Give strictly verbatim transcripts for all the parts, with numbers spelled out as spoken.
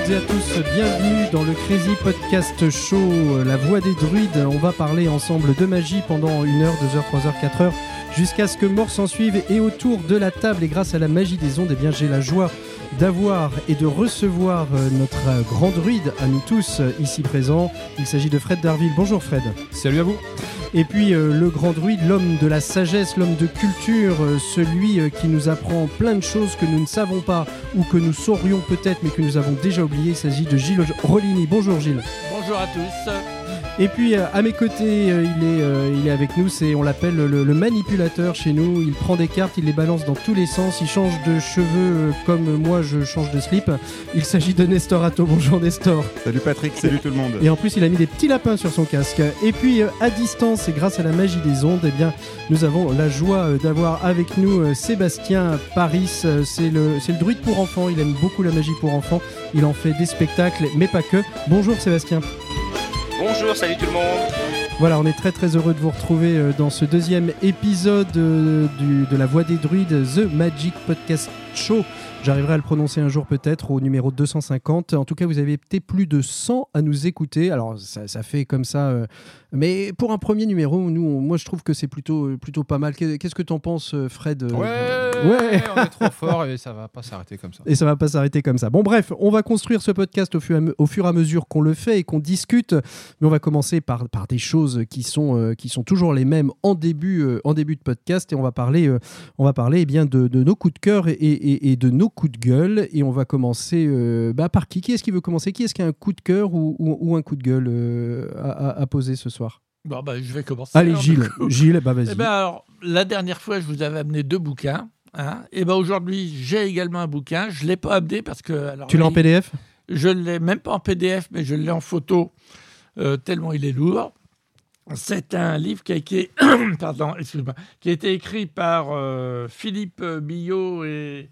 toutes et à tous, bienvenue dans le Crazy Podcast Show, la voix des druides. On va parler ensemble de magie pendant une heure, deux heures, trois heures, quatre heures, jusqu'à ce que mort s'en suive. Et autour de la table, et grâce à la magie des ondes, eh bien, j'ai la joie d'avoir et de recevoir notre grand druide à nous tous ici présents. Il s'agit de Fred Darville. Bonjour Fred. Salut à vous. Et puis euh, le grand druide, l'homme de la sagesse, l'homme de culture, euh, celui euh, qui nous apprend plein de choses que nous ne savons pas ou que nous saurions peut-être mais que nous avons déjà oublié. Il s'agit de Gilles Rollini. Bonjour Gilles. Bonjour à tous. Et puis euh, à mes côtés, euh, il, est, euh, il est avec nous, c'est, on l'appelle le, le manipulateur chez nous. Il prend des cartes, il les balance dans tous les sens, il change de cheveux euh, comme moi je change de slip. Il s'agit de Nestor Atto. Bonjour Nestor. Salut Patrick, salut tout le monde. Et en plus il a mis des petits lapins sur son casque. Et puis euh, à distance et grâce à la magie des ondes, eh bien, nous avons la joie euh, d'avoir avec nous euh, Sébastien Paris. Euh, c'est, le, c'est le druide pour enfants, il aime beaucoup la magie pour enfants. Il en fait des spectacles, mais pas que. Bonjour Sébastien. Bonjour, salut tout le monde. Voilà, on est très très heureux de vous retrouver dans ce deuxième épisode du, de la Voix des Druides, The Magic Podcast Show. J'arriverai à le prononcer un jour peut-être, au numéro deux cent cinquante. En tout cas, vous avez été plus de cent à nous écouter. Alors, ça, ça fait comme ça. Euh, mais pour un premier numéro, nous, on, moi, je trouve que c'est plutôt, plutôt pas mal. Qu'est-ce que t'en penses, Fred ? Ouais, ouais, on est trop fort et ça va pas s'arrêter comme ça. Et ça va pas s'arrêter comme ça. Bon, bref, on va construire ce podcast au fur, au fur et à mesure qu'on le fait et qu'on discute. Mais on va commencer par, par des choses qui sont, euh, qui sont toujours les mêmes en début, euh, en début de podcast. Et on va parler, euh, on va parler eh bien, de, de nos coups de cœur et, et, et de nos coup de gueule, et on va commencer euh, bah, par qui Qui est-ce qui veut commencer Qui est-ce qui a un coup de cœur ou, ou, ou un coup de gueule euh, à, à poser ce soir? Bon, bah, je vais commencer. Allez alors, Gilles, Gilles, bah vas-y. Eh ben, alors, la dernière fois, je vous avais amené deux bouquins. Hein, et ben, aujourd'hui, j'ai également un bouquin. Je ne l'ai pas amené parce que... Alors, tu l'as là, en P D F? Je ne l'ai même pas en P D F, mais je l'ai en photo, euh, tellement il est lourd. C'est un livre qui a été, Pardon, excuse-moi, qui a été écrit par euh, Philippe Billot et...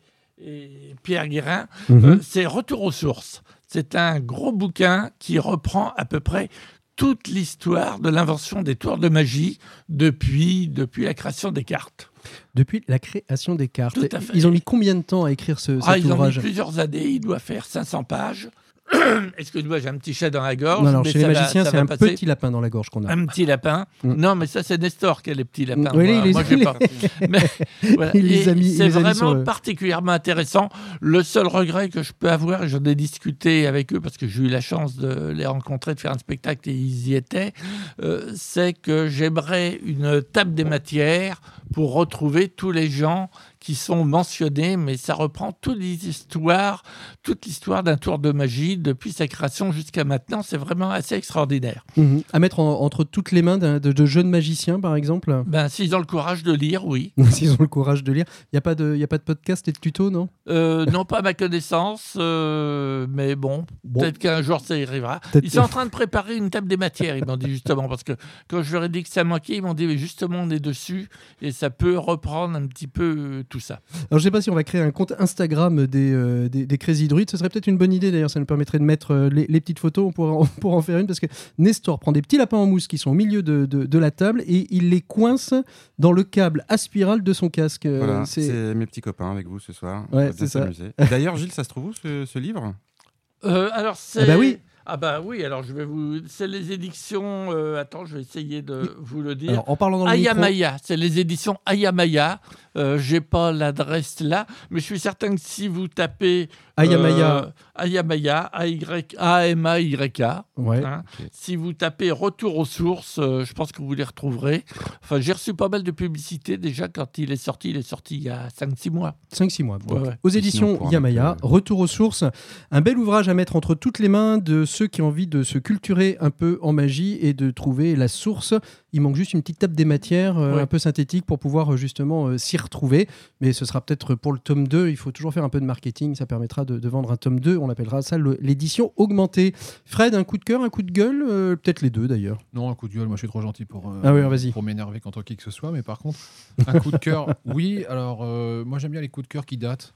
et Pierre Guérin, mmh. euh, c'est Retour aux sources. C'est un gros bouquin qui reprend à peu près toute l'histoire de l'invention des tours de magie depuis, depuis la création des cartes. Depuis la création des cartes. Tout à fait. Ils ont mis combien de temps à écrire ce, cet ah, ils ouvrage? Ils ont mis plusieurs années, il doit faire cinq cents pages. Excuse-moi, j'ai un petit chat dans la gorge. Non, alors, chez les magiciens, va, c'est un passer. petit lapin dans la gorge qu'on a. Un petit lapin. Mm. Non, mais ça, c'est Nestor qui a les petits lapins. Oui, moi, il moi, j'ai pas. Mais, voilà. Il les a mis, c'est il les a vraiment mis le... particulièrement intéressant. Le seul regret que je peux avoir, et j'en ai discuté avec eux parce que j'ai eu la chance de les rencontrer, de faire un spectacle et ils y étaient, euh, c'est que j'aimerais une table des matières pour retrouver tous les gens qui sont mentionnés, mais ça reprend toute l'histoire, toute l'histoire d'un tour de magie depuis sa création jusqu'à maintenant. C'est vraiment assez extraordinaire. Mmh. À mettre en, entre toutes les mains de, de jeunes magiciens, par exemple. Ben, s'ils ont le courage de lire, oui. S'ils ont le courage de lire. Il n'y a pas de, il y a pas de podcast et de tuto, non euh, Non, pas à ma connaissance, euh, mais bon, bon, peut-être qu'un jour ça y arrivera. Peut-être... Ils sont en train de préparer une table des matières, ils m'ont dit justement, parce que quand je leur ai dit que ça manquait, ils m'ont dit mais justement on est dessus et ça peut reprendre un petit peu tout ça. Alors je ne sais pas si on va créer un compte Instagram des, euh, des, des Crazy Druides, ce serait peut-être une bonne idée d'ailleurs, ça nous permettrait de mettre euh, les, les petites photos, on pourrait, on pourrait en faire une parce que Nestor prend des petits lapins en mousse qui sont au milieu de, de, de la table et il les coince dans le câble aspiral de son casque. Voilà, c'est... c'est mes petits copains avec vous ce soir. Ouais, c'est ça. D'ailleurs Gilles, ça se trouve où ce, ce livre euh, Alors c'est... Ah bah oui. Ah bah oui, alors je vais vous... C'est les éditions... Euh, attends, je vais essayer de vous le dire. Alors, en parlant dans le Ayamaya, micro... c'est les éditions Ayamaya. Euh, j'ai pas l'adresse là, mais je suis certain que si vous tapez... Ayamaya. Euh, Ayamaya, A M A Y K. Ouais. Hein, okay. Si vous tapez Retour aux sources, euh, je pense que vous les retrouverez. Enfin, j'ai reçu pas mal de publicité déjà quand il est sorti. Il est sorti il y a cinq six mois. cinq six mois. Ouais, ouais. Aux éditions Ayamaya, euh... Retour aux sources. Un bel ouvrage à mettre entre toutes les mains de ceux qui ont envie de se culturer un peu en magie et de trouver la source. Il manque juste une petite table des matières euh, ouais. un peu synthétique pour pouvoir justement euh, s'y retrouver. Mais ce sera peut-être pour le tome deux. Il faut toujours faire un peu de marketing. Ça permettra de, de vendre un tome deux. On appellera ça le, l'édition augmentée. Fred, un coup de cœur, un coup de gueule euh, peut-être les deux d'ailleurs. Non, un coup de gueule. Moi, je suis trop gentil pour, euh, ah oui, vas-y. pour m'énerver contre qui que ce soit. Mais par contre, un coup de cœur, oui. Alors, euh, moi, j'aime bien les coups de cœur qui datent.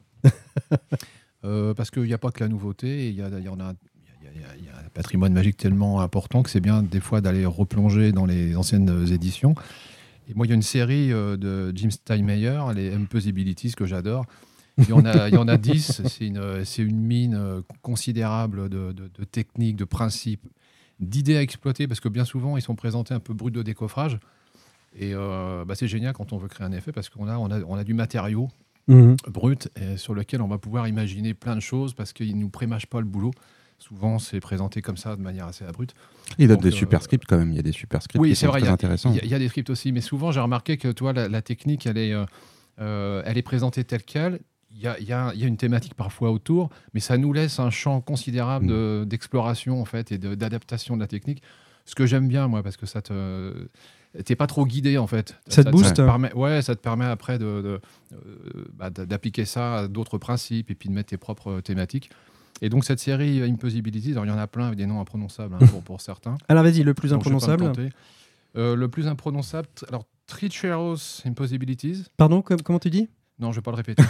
euh, parce qu'il n'y a pas que la nouveauté. Il y, y en a... Il y a un patrimoine magique tellement important que c'est bien des fois d'aller replonger dans les anciennes éditions. Et moi, il y a une série euh, de Jim Steinmeier, les Impossibilities, que j'adore, Il y en a, il y en a dix. C'est une, c'est une mine considérable de, de, de techniques, de principes, d'idées à exploiter, parce que bien souvent, ils sont présentés un peu bruts de décoffrage. Et euh, bah, c'est génial quand on veut créer un effet, parce qu'on a, on a, on a du matériau mmh. brut et sur lequel on va pouvoir imaginer plein de choses, parce qu'ils ne nous prémâchent pas le boulot. Souvent, c'est présenté comme ça, de manière assez abrupte. Il donne des euh, super scripts quand même. Il y a des super scripts oui, qui c'est sont vrai, très il y a, intéressants. Il y, a, il y a des scripts aussi, mais souvent, j'ai remarqué que toi, la, la technique, elle est, euh, elle est présentée telle qu'elle. Il y, a, il, y a, il y a une thématique parfois autour, mais ça nous laisse un champ considérable mmh. de, d'exploration en fait, et de, d'adaptation de la technique. Ce que j'aime bien, moi, parce que ça te... T'es pas trop guidé, en fait. Ça, ça te booste ça te permet, ouais, ça te permet après de, de, euh, bah, d'appliquer ça à d'autres principes et puis de mettre tes propres thématiques. Et donc, cette série Impossibilities, alors il y en a plein avec des noms imprononçables hein, pour, pour certains. Alors, vas-y, le plus donc, imprononçable. Euh, le plus imprononçable, alors, Treacherous Impossibilities. Pardon, com- comment tu dis ? Non, je ne vais pas le répéter.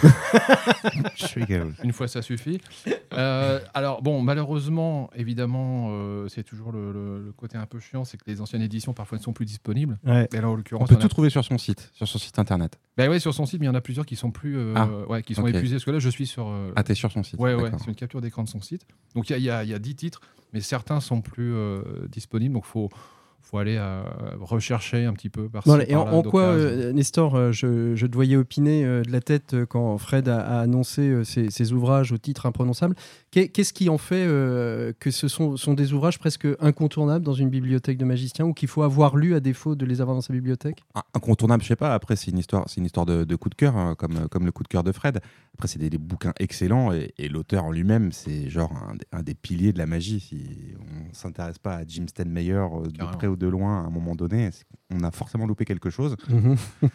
Une fois, ça suffit. Euh, alors, bon, malheureusement, évidemment, euh, c'est toujours le, le, le côté un peu chiant, c'est que les anciennes éditions, parfois, ne sont plus disponibles. Ouais. Et là, en l'occurrence, on peut on tout a... trouver sur son site, sur son site internet. Ben oui, sur son site, mais il y en a plusieurs qui sont plus, euh, ah, ouais, qui sont okay. épuisés. Parce que là, je suis sur. Euh... Ah, t'es sur son site. Ouais, ouais, c'est une capture d'écran de son site. Donc, il y, y, y a dix titres, mais certains sont plus euh, disponibles. Donc, il faut. Il faut aller euh, rechercher un petit peu par voilà, et en, en quoi, euh, Nestor, euh, je, je te voyais opiner euh, de la tête euh, quand Fred a, a annoncé euh, ses, ses ouvrages au titre imprononçable. Qu'est, qu'est-ce qui en fait euh, que ce sont, sont des ouvrages presque incontournables dans une bibliothèque de magicien ou qu'il faut avoir lu à défaut de les avoir dans sa bibliothèque ? Incontournable, je sais pas. Après, c'est une histoire, c'est une histoire de, de coup de cœur, hein, comme, comme le coup de cœur de Fred. Après, c'est des, des bouquins excellents et, et l'auteur en lui-même, c'est genre un, un des piliers de la magie. Si on ne s'intéresse pas à Jim Steinmeyer euh, de près ou de loin à un moment donné, on a forcément loupé quelque chose. Mmh.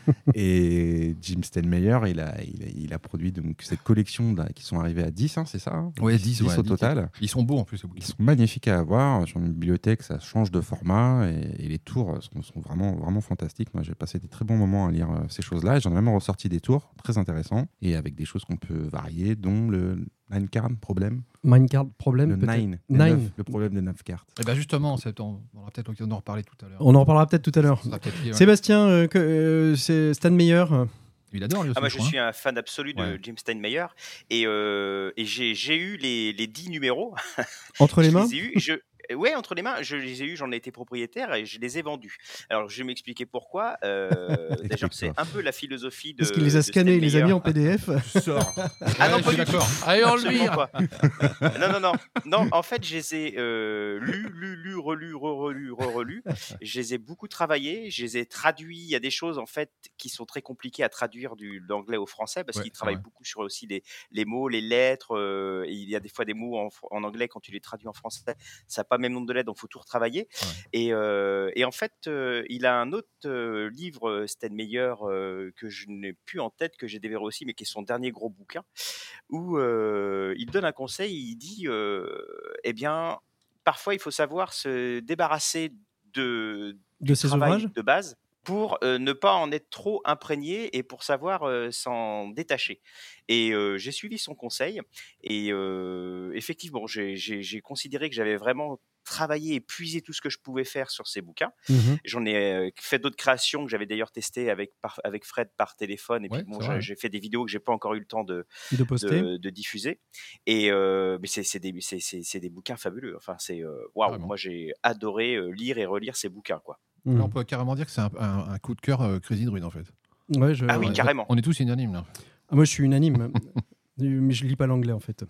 Et Jim Steinmeyer, il a, il a, il a produit donc cette collection là, qui sont arrivés à dix, hein, c'est ça hein Oui, dix, dix ouais, au dix. total. Ils sont beaux en plus, ces bouquins. Ils sont magnifiques à avoir. Sur une bibliothèque, ça change de format et, et les tours sont, sont vraiment, vraiment fantastiques. Moi, j'ai passé des très bons moments à lire euh, ces choses-là et j'en ai même ressorti des tours très intéressants et avec des choses qu'on peut varier, dont le Nine Card Problème. Minecart Problème, le peut-être. Nine. Nine. neuf, le problème de neuf cartes. Et ben justement, c'est, on, on aura peut-être l'occasion d'en reparler tout à l'heure. On en reparlera peut-être tout à l'heure. Lié, ouais. Sébastien, euh, que, euh, c'est Stan Meyer. Il adore, lui aussi, ah, moi, je, je crois, suis un fan absolu de ouais. Jim Steinmeyer et, euh, et j'ai, j'ai eu les, les dix numéros. Entre les mains je les ai eu, je... Ouais, entre les mains, je les ai eus, j'en ai été propriétaire et je les ai vendus. Alors, je vais m'expliquer pourquoi. Euh, d'ailleurs, c'est un peu la philosophie de. Parce qu'il les a scannés, il les a mis en P D F. Sors. Ah non, ouais, pas je suis du d'accord. tout. Allez, on Absolument le pas. Non, non, non. Non, en fait, je les ai euh, lus, lus, lus, relus, re-relus, re-relus. Je les ai beaucoup travaillés. Je les ai traduits. Il y a des choses, en fait, qui sont très compliquées à traduire du, de l'anglais au français parce ouais, qu'ils travaillent vrai. beaucoup sur aussi les, les mots, les lettres. Euh, et il y a des fois des mots en, en anglais, quand tu les traduis en français, ça n'a pas le même nombre de lettres, donc il faut tout retravailler. Ouais. Et, euh, et en fait, euh, il a un autre euh, livre, Steinmeyer, euh, que je n'ai plus en tête, que j'ai dévoré aussi, mais qui est son dernier gros bouquin, où euh, il donne un conseil, il dit, euh, eh bien, parfois il faut savoir se débarrasser de, de ses ouvrages de base pour euh, ne pas en être trop imprégné et pour savoir euh, s'en détacher. Et euh, j'ai suivi son conseil et euh, effectivement, j'ai, j'ai, j'ai considéré que j'avais vraiment travaillé et puisé tout ce que je pouvais faire sur ces bouquins. Mmh. J'en ai euh, fait d'autres créations que j'avais d'ailleurs testées avec, par, avec Fred par téléphone. Et puis ouais, bon, j'ai, j'ai fait des vidéos que j'ai pas encore eu le temps de, de, poster. de, de diffuser. Et euh, mais c'est, c'est, des, c'est, c'est, c'est des bouquins fabuleux. Enfin, c'est waouh. Wow, moi, j'ai adoré euh, lire et relire ces bouquins, quoi. Mmh. Là, on peut carrément dire que c'est un, un, un coup de cœur euh, Crazy Druid, en fait. Ouais, je, ah oui, ouais. carrément. On est tous unanimes, là. Ah, moi, je suis unanime. Mais je lis pas l'anglais en fait.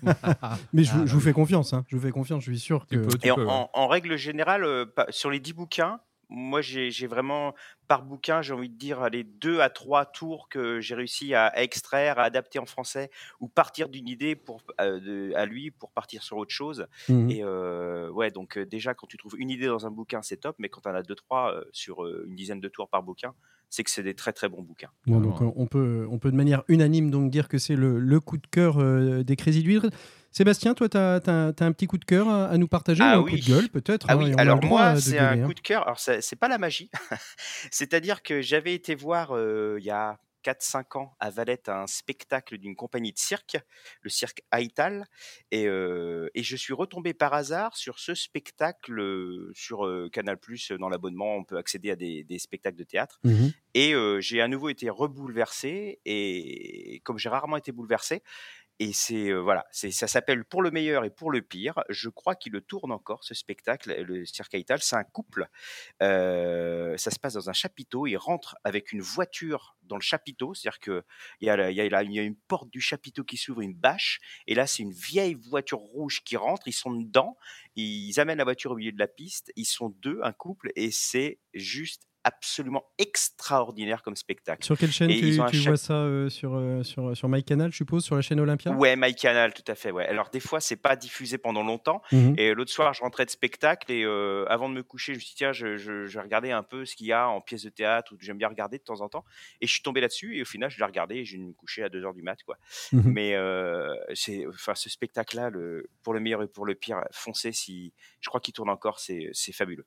Mais je, ah, je vous fais confiance, hein. Je vous fais confiance, je suis sûr que. Tu peux, tu et peux, en, ouais. en, en règle générale, euh, sur les dix bouquins, moi j'ai, j'ai vraiment par bouquin, j'ai envie de dire les deux à trois tours que j'ai réussi à, à extraire, à adapter en français ou partir d'une idée pour euh, de, à lui pour partir sur autre chose. Mmh. Et euh, ouais, donc euh, déjà quand tu trouves une idée dans un bouquin, c'est top, mais quand tu en as deux trois euh, sur euh, une dizaine de tours par bouquin, c'est que c'est des très très bons bouquins. Bon, donc on peut, on peut de manière unanime donc dire que c'est le, le coup de cœur euh, des Crazy Druid. Sébastien, toi, tu as un petit coup de cœur à, à nous partager ah, ou un oui. coup de gueule peut-être Ah hein, oui, alors moi, de c'est gueuler, un hein. coup de cœur. Alors, c'est, c'est pas la magie. C'est-à-dire que j'avais été voir euh, il y a quatre cinq ans à Valette un spectacle d'une compagnie de cirque, le cirque Haïtal, et, euh, et je suis retombé par hasard sur ce spectacle euh, sur euh, Canal+, dans l'abonnement, on peut accéder à des, des spectacles de théâtre, mmh. Et euh, j'ai à nouveau été rebouleversé, et comme j'ai rarement été bouleversé, et c'est euh, voilà, c'est ça s'appelle Pour le meilleur et pour le pire. Je crois qu'il le tourne encore, ce spectacle, le Cirque Caïtal. C'est un couple. Euh, ça se passe dans un chapiteau. Ils rentrent avec une voiture dans le chapiteau, c'est-à-dire que il y a, la- il y a, la- il y a une porte du chapiteau qui s'ouvre, une bâche, et là c'est une vieille voiture rouge qui rentre. Ils sont dedans. Ils amènent la voiture au milieu de la piste. Ils sont deux, un couple, et c'est juste absolument extraordinaire comme spectacle. Sur quelle chaîne Et tu, ils ont un tu chaque- vois ça euh, sur, euh, sur, sur MyCanal, je suppose, sur la chaîne Olympia? Ouais, MyCanal, tout à fait. Ouais. Alors des fois, c'est pas diffusé pendant longtemps. Mhm. Et l'autre soir, je rentrais de spectacle et euh, avant de me coucher, je me suis dit tiens, je, je, je vais regarder un peu ce qu'il y a en pièces de théâtre ou que j'aime bien regarder de temps en temps. Et je suis tombé là-dessus et au final, je l'ai regardé et j'ai dû me coucher à deux heures du mat, quoi. Mhm. Mais euh, c'est, enfin, ce spectacle-là, le, pour le meilleur et pour le pire, foncez si. Je crois qu'il tourne encore. C'est, c'est fabuleux.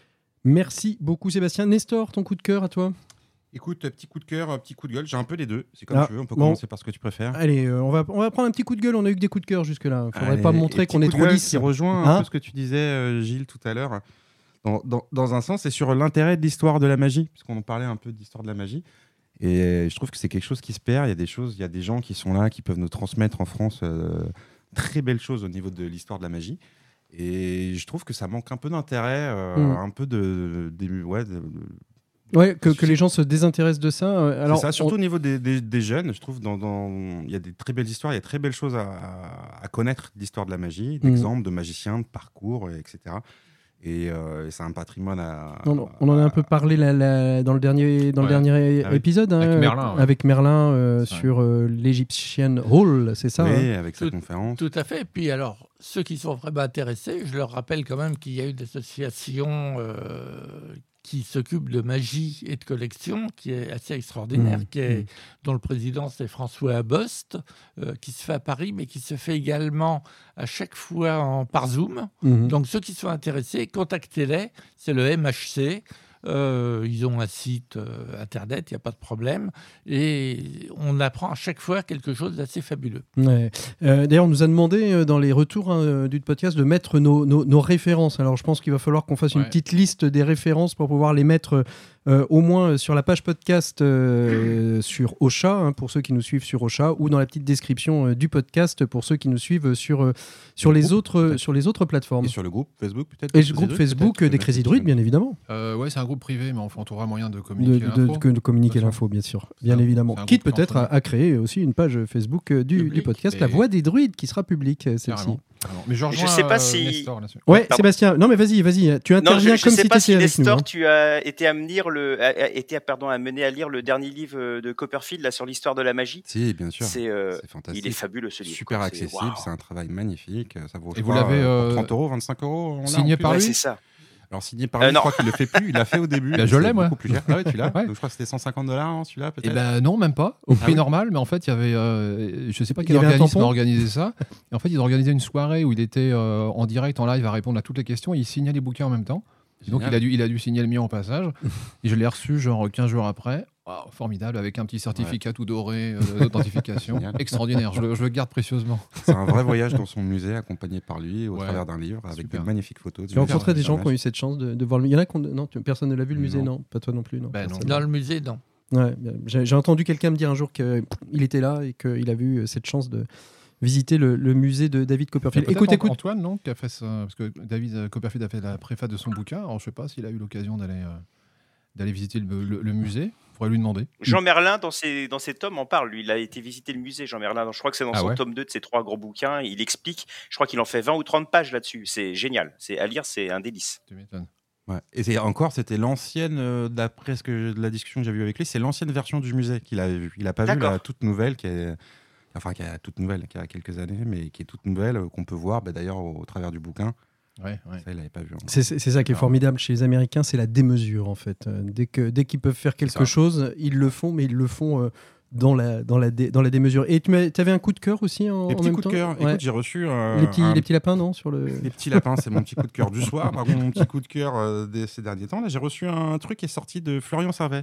Merci beaucoup, Sébastien. Nestor, ton coup de cœur à toi? Écoute, petit coup de cœur, petit coup de gueule, j'ai un peu les deux. C'est comme Ah, tu veux, on peut bon. commencer par ce que tu préfères. Allez, euh, on, va, on va prendre un petit coup de gueule. On a eu que des coups de cœur jusque-là. Il faudrait Allez, pas et montrer petit qu'on est coup de trop gueule lisse. qui rejoint Hein un peu ce que tu disais, euh, Gilles, tout à l'heure. Dans, dans, dans un sens, c'est sur l'intérêt de l'histoire de la magie, puisqu'on en parlait un peu de l'histoire de la magie. Et je trouve que c'est quelque chose qui se perd. Il y a des choses, il y a des gens qui sont là, qui peuvent nous transmettre en France euh, très belles choses au niveau de l'histoire de la magie. Et je trouve que ça manque un peu d'intérêt, euh, Mm. un peu de, de, ouais, de, Ouais, que, que les gens se désintéressent de ça. euh, Alors, c'est ça, surtout on- au niveau des, des- des jeunes, je trouve, dans, dans- il y a des très belles histoires, il y a très belles choses à, à- à connaître de l'histoire de la magie, d'exemples de magiciens, de parcours, et cetera. Et euh, c'est un patrimoine à... on, on- on en a un peu parlé la- la- dans le dernier, dans le Ouais. dernier Ah oui. épisode, hein, Avec Merlin, ouais. avec Merlin, euh, Ça. sur euh, l'Egyptian Hall, c'est ça? Oui, hein avec sa Tout- conférence. Tout à fait. Et puis alors, ceux qui sont vraiment intéressés, je leur rappelle quand même qu'il y a une association euh, qui s'occupe de magie et de collection, qui est assez extraordinaire, Mmh. qui est, Mmh. dont le président c'est François Abost, euh, qui se fait à Paris, mais qui se fait également à chaque fois en, par Zoom. Mhm. Donc ceux qui sont intéressés, contactez-les. C'est le M H C. Euh, ils ont un site euh, internet, il n'y a pas de problème. Et on apprend à chaque fois quelque chose d'assez fabuleux. Ouais. Euh, D'ailleurs, on nous a demandé euh, dans les retours hein, du podcast de mettre nos, nos- nos références. Alors, je pense qu'il va falloir qu'on fasse une Ouais. petite liste des références pour pouvoir les mettre euh, au moins sur la page podcast euh, sur Ocha, hein, pour ceux qui nous suivent sur Ocha, ou dans la petite description euh, du podcast pour ceux qui nous suivent sur, euh, sur, Le les, groupe, autres, peut-être. sur les autres plateformes. Et sur le groupe Facebook, peut-être Et de le groupe Crazy Druid, Facebook peut-être, des de Crazy mettre Druids, dessus. bien évidemment. Euh, ouais, c'est un groupe privé, mais enfin, on trouvera moyen de De, communiquer de- l'info. que- de communiquer Bien sûr. l'info, bien sûr. Bien C'est un- évidemment. c'est un Quitte groupe peut-être à, entre nous. à créer aussi une page Facebook euh, du, Public. du podcast La Et- Voix des Druides qui sera publique, euh, celle-ci. Carrément, carrément. Mais je Je rejoins sais pas euh, si- Nestor là-dessus. Ouais, Pardon. Sébastien. Non, mais vas-y, vas-y. Tu Non, interviens je, je comme sais si tu pas étais si avec nous. Nestor, hein. tu as été à me lire le, a- a- été pardon amené à lire le dernier livre euh, de Copperfield là sur l'histoire de la magie. Si, bien sûr. C'est, euh, C'est fantastique. il est fabuleux ce livre. Super quoi. accessible, C'est, waouh. c'est un travail magnifique. Ça vaut, je Et vous crois, l'avez, euh, euh, pour trente euros, vingt-cinq euros. on l'a signé en plus. par Ouais, lui c'est ça. Alors signé par Euh, lui, non. je crois qu'il le fait plus. Il l'a fait au début. Bah, mais je c'est l'ai, moi. beaucoup plus cher. Ah ouais, tu l'as. Ouais. Donc, je crois que c'était cent cinquante dollars hein, celui-là, Eh peut-être. ben non, même pas. Au prix oui. normal, mais en fait, il y avait, euh, je sais pas Il y quel avait un organisme tampon a organisé ça. Et en fait, ils ont organisé une soirée où il était euh, en direct, en live, à répondre à toutes les questions. Et il signait les bouquins en même temps. Et donc, Génial. il a, dû, il a dû signer le mien au passage. Et je l'ai reçu genre quinze jours après. Waouh, formidable, avec un petit certificat tout doré euh, d'authentification. Génial. Extraordinaire, je le, je le garde précieusement. C'est un vrai voyage dans son musée, accompagné par lui, au Ouais. travers d'un livre, avec Super. de magnifiques photos. Tu as rencontré des gens qui ont qui eu cette chance de, de voir le. Il y en a qui ont- Non, tu- personne ne l'a vu le musée, non, Non. Pas toi non plus, non. Ben non. Personne. Dans le musée, non. Ouais, j'ai j'ai entendu quelqu'un me dire un jour qu'il était là et qu'il a vu cette chance de visiter le, le musée de David Copperfield. Peut-être Écoute, Ant- écoute. Antoine, non, qui a fait ça, parce que David euh, Copperfield a fait la préface de son bouquin. Alors, je sais pas s'il a eu l'occasion d'aller euh, d'aller visiter le, le- le musée. Il faudrait lui demander. Jean Merlin, dans ses, dans ses tomes, en parle. Lui, il a été visiter le musée, Jean Merlin. Donc, je crois que c'est dans Ah son ouais. tome deux de ses trois gros bouquins. Il explique, je crois qu'il en fait vingt ou trente pages là-dessus. C'est génial. C'est à lire, c'est un délice. Tu m'étonnes. Ouais. Et c'est encore, c'était l'ancienne, euh, d'après ce que de la discussion que j'avais eue avec lui, c'est l'ancienne version du musée qu'il avait vue. Il n'a pas vu D'accord. la toute nouvelle, qui est, enfin qui est toute nouvelle, qui a quelques années, mais qui est toute nouvelle, euh, qu'on peut voir, bah, d'ailleurs au, au travers du bouquin. Ouais, ouais. Ça, il l'avait pas vu. encore. C'est c'est- c'est ça qui est Alors. formidable chez les Américains, c'est la démesure en fait. Euh, Dès que dès qu'ils peuvent faire quelque ça. chose, ils le font, mais ils le font euh, dans la dans la dé- dans la démesure. Et tu avais un coup de cœur aussi en, Les en petits même coups temps de cœur. Ouais. Écoute, j'ai reçu euh, les petits un- les petits lapins non sur le. les petits lapins, c'est mon petit coup de cœur du soir. Par contre, mon petit coup de cœur euh, de ces derniers temps, là, j'ai reçu un truc qui est sorti de Florian Servet,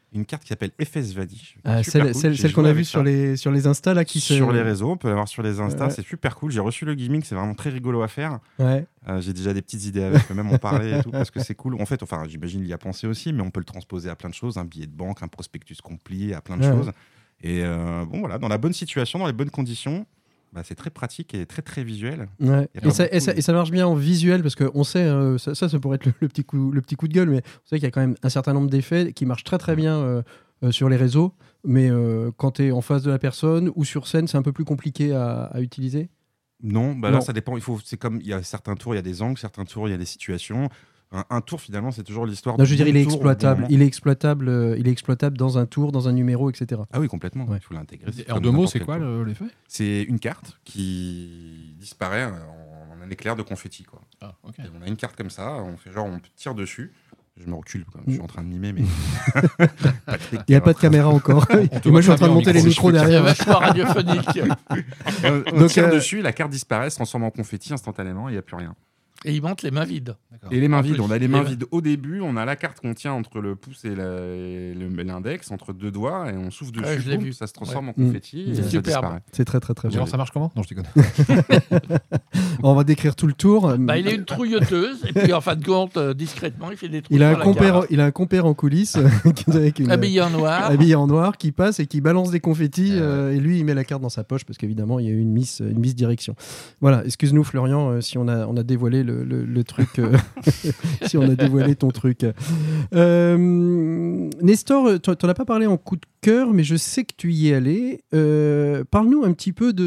une carte qui s'appelle F S Vadi. Ah, Super celle cool. celle, J'ai celle qu'on joué a vue avec sur ça. les, sur les Insta, là, qui se- Sur les réseaux, on peut l'avoir sur les Insta, Ouais. c'est super cool. J'ai reçu le gimmick, c'est vraiment très rigolo à faire. Ouais. Euh, j'ai déjà des petites idées avec, je peux même en parler et tout, parce que c'est cool. En fait, enfin, j'imagine il y a pensé aussi, mais on peut le transposer à plein de choses, un billet de banque, un prospectus complet, à plein de Ouais. choses. Et euh, bon, voilà, dans la bonne situation, dans les bonnes conditions, bah, c'est très pratique et très très visuel. Ouais. Il y a Et, ça, beaucoup et, ça, de- et ça marche bien en visuel parce qu'on sait, euh, ça, ça, ça pourrait être le, le petit coup, le petit coup de gueule, mais on sait qu'il y a quand même un certain nombre d'effets qui marchent très très bien euh, euh, sur les réseaux, mais euh, quand tu es en face de la personne ou sur scène, c'est un peu plus compliqué à, à utiliser. Non, bah Non. là ça dépend. Il faut, c'est comme il y a certains tours, il y a des angles, certains tours, il y a des situations. Un, un tour finalement, c'est toujours l'histoire. Non, du je veux dire, bon il est tour au bon exploitable, moment. il est exploitable, euh, il est exploitable dans un tour, dans un numéro, et cetera. Ah oui, complètement. Ouais. Il faut l'intégrer. c'est Et en comme deux mots, n'importe c'est quel quoi tour. le- l'effet C'est une carte qui disparaît en, en un éclair de confetti, quoi. Ah, ok. Et on a une carte comme ça, on fait genre, on tire dessus. Je me recule, comme je suis en train de mimer, mais. Patrick, Il n'y a pas de caméra encore. Et moi, je suis en train de monter les micros C'est derrière. vachement radiophonique. On, on Donc, tire euh, dessus, la carte disparaît, se transforme en confetti instantanément, il n'y a plus rien. Et il monte les mains vides. D'accord. Et les mains En vides, plus, on a les les mains mains- vides au début, on a la carte qu'on tient entre le pouce et, la- et le- l'index, entre deux doigts, et on souffle dessus, Ouais, je l'ai boum, vu. ça se transforme en Ouais. confetti, Mmh. et C'est ça superbe. disparaît. C'est très très très Et bien. alors, ça marche comment? Non, je déconne. On va décrire tout le tour. Bah, il est une trouilloteuse, et puis en fin de compte, euh, discrètement, il fait des trous Il a, un sur la compère, carte. il a un compère en coulisses qui- avec une, Habillé en noir. habillé en noir qui passe et qui balance des confettis Ah ouais. euh, et lui il met la carte dans sa poche parce qu'évidemment il y a eu une miss une miss direction. Voilà, excuse-nous Florian euh, si on a on a dévoilé le, le- le truc euh, si on a dévoilé ton truc. Euh, Nestor, tu n'en as pas parlé en coup de cœur, mais je sais que tu y es allé. Euh, parle-nous un petit peu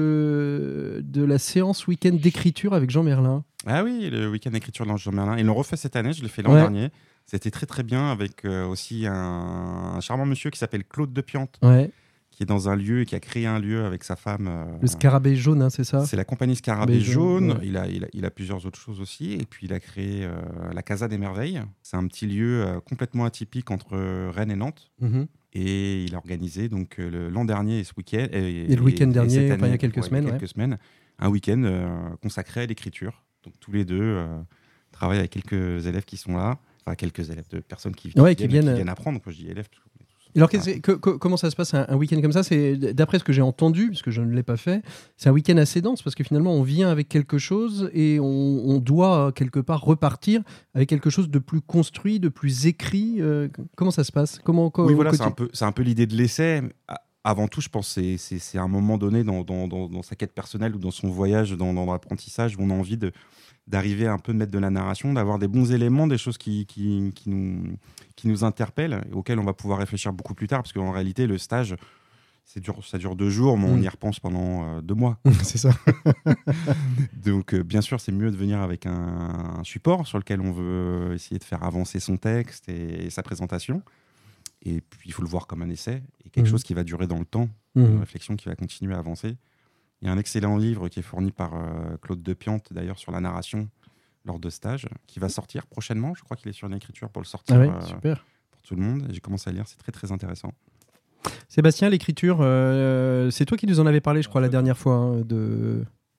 de de la séance week-end d'écriture avec Jean Merlin. Ah oui, le week-end d'écriture de Jean Merlin. Ils l'ont refait cette année, je l'ai fait l'an Ouais. dernier. C'était très très bien avec euh, aussi un, un charmant monsieur qui s'appelle Claude Depiante, Ouais. qui est dans un lieu et qui a créé un lieu avec sa femme. euh, Le scarabée jaune, hein, c'est ça? C'est la compagnie Scarabée Mais jaune, Jaune. ouais. Il, a, il, a, il a plusieurs autres choses aussi. Et puis, il a créé euh, la Casa des Merveilles. C'est un petit lieu euh, complètement atypique entre Rennes et Nantes. Mhm. Et il a organisé donc, euh, le- l'an dernier et ce week-end. Et, Et le week-end dernier, cette enfin, il y a quelques ouais, semaines, quelques semaines, un week-end euh, consacré à l'écriture. Donc, tous les deux euh, travaillent avec quelques élèves qui sont là. Enfin, quelques élèves de personnes qui, Ouais, qui viennent, qui euh, viennent apprendre. Quand je dis élèves, parce qu'on est tous- Alors, voilà. qu'est-ce que- que- comment ça se passe un, un week-end comme ça? C'est d'après ce que j'ai entendu, puisque je ne l'ai pas fait, c'est un week-end assez dense parce que finalement on vient avec quelque chose et on, on doit euh, quelque part repartir avec quelque chose de plus construit, de plus écrit. Euh, comment ça se passe? Comment co- Oui, au voilà, c'est côté- un peu, c'est un peu l'idée de l'essai. A- Avant tout, je pense que c'est- c'est c'est un moment donné dans, dans, dans, dans sa quête personnelle ou dans son voyage, dans, dans l'apprentissage, où on a envie de- d'arriver à un peu de mettre de la narration, d'avoir des bons éléments, des choses qui, qui, qui nous, qui nous interpellent et auxquelles on va pouvoir réfléchir beaucoup plus tard, parce qu'en réalité, le stage, c'est dur, ça dure deux jours, mais on Mm. y repense pendant euh, deux mois. C'est ça. Donc, euh, bien sûr, c'est mieux de venir avec un, un support sur lequel on veut essayer de faire avancer son texte et, et sa présentation. Et puis, il faut le voir comme un essai et quelque Mhm. chose qui va durer dans le temps, une Mhm. réflexion qui va continuer à avancer. Il y a un excellent livre qui est fourni par euh, Claude Depiante, d'ailleurs, sur la narration lors de stage, qui va sortir prochainement. Je crois qu'il est sur l'écriture pour le sortir Ah ouais, euh, super. pour tout le monde. Et j'ai commencé à le lire, c'est très, très intéressant. Sébastien, l'écriture, euh, c'est toi qui nous en avais parlé, je crois, la dernière fois. hein, de...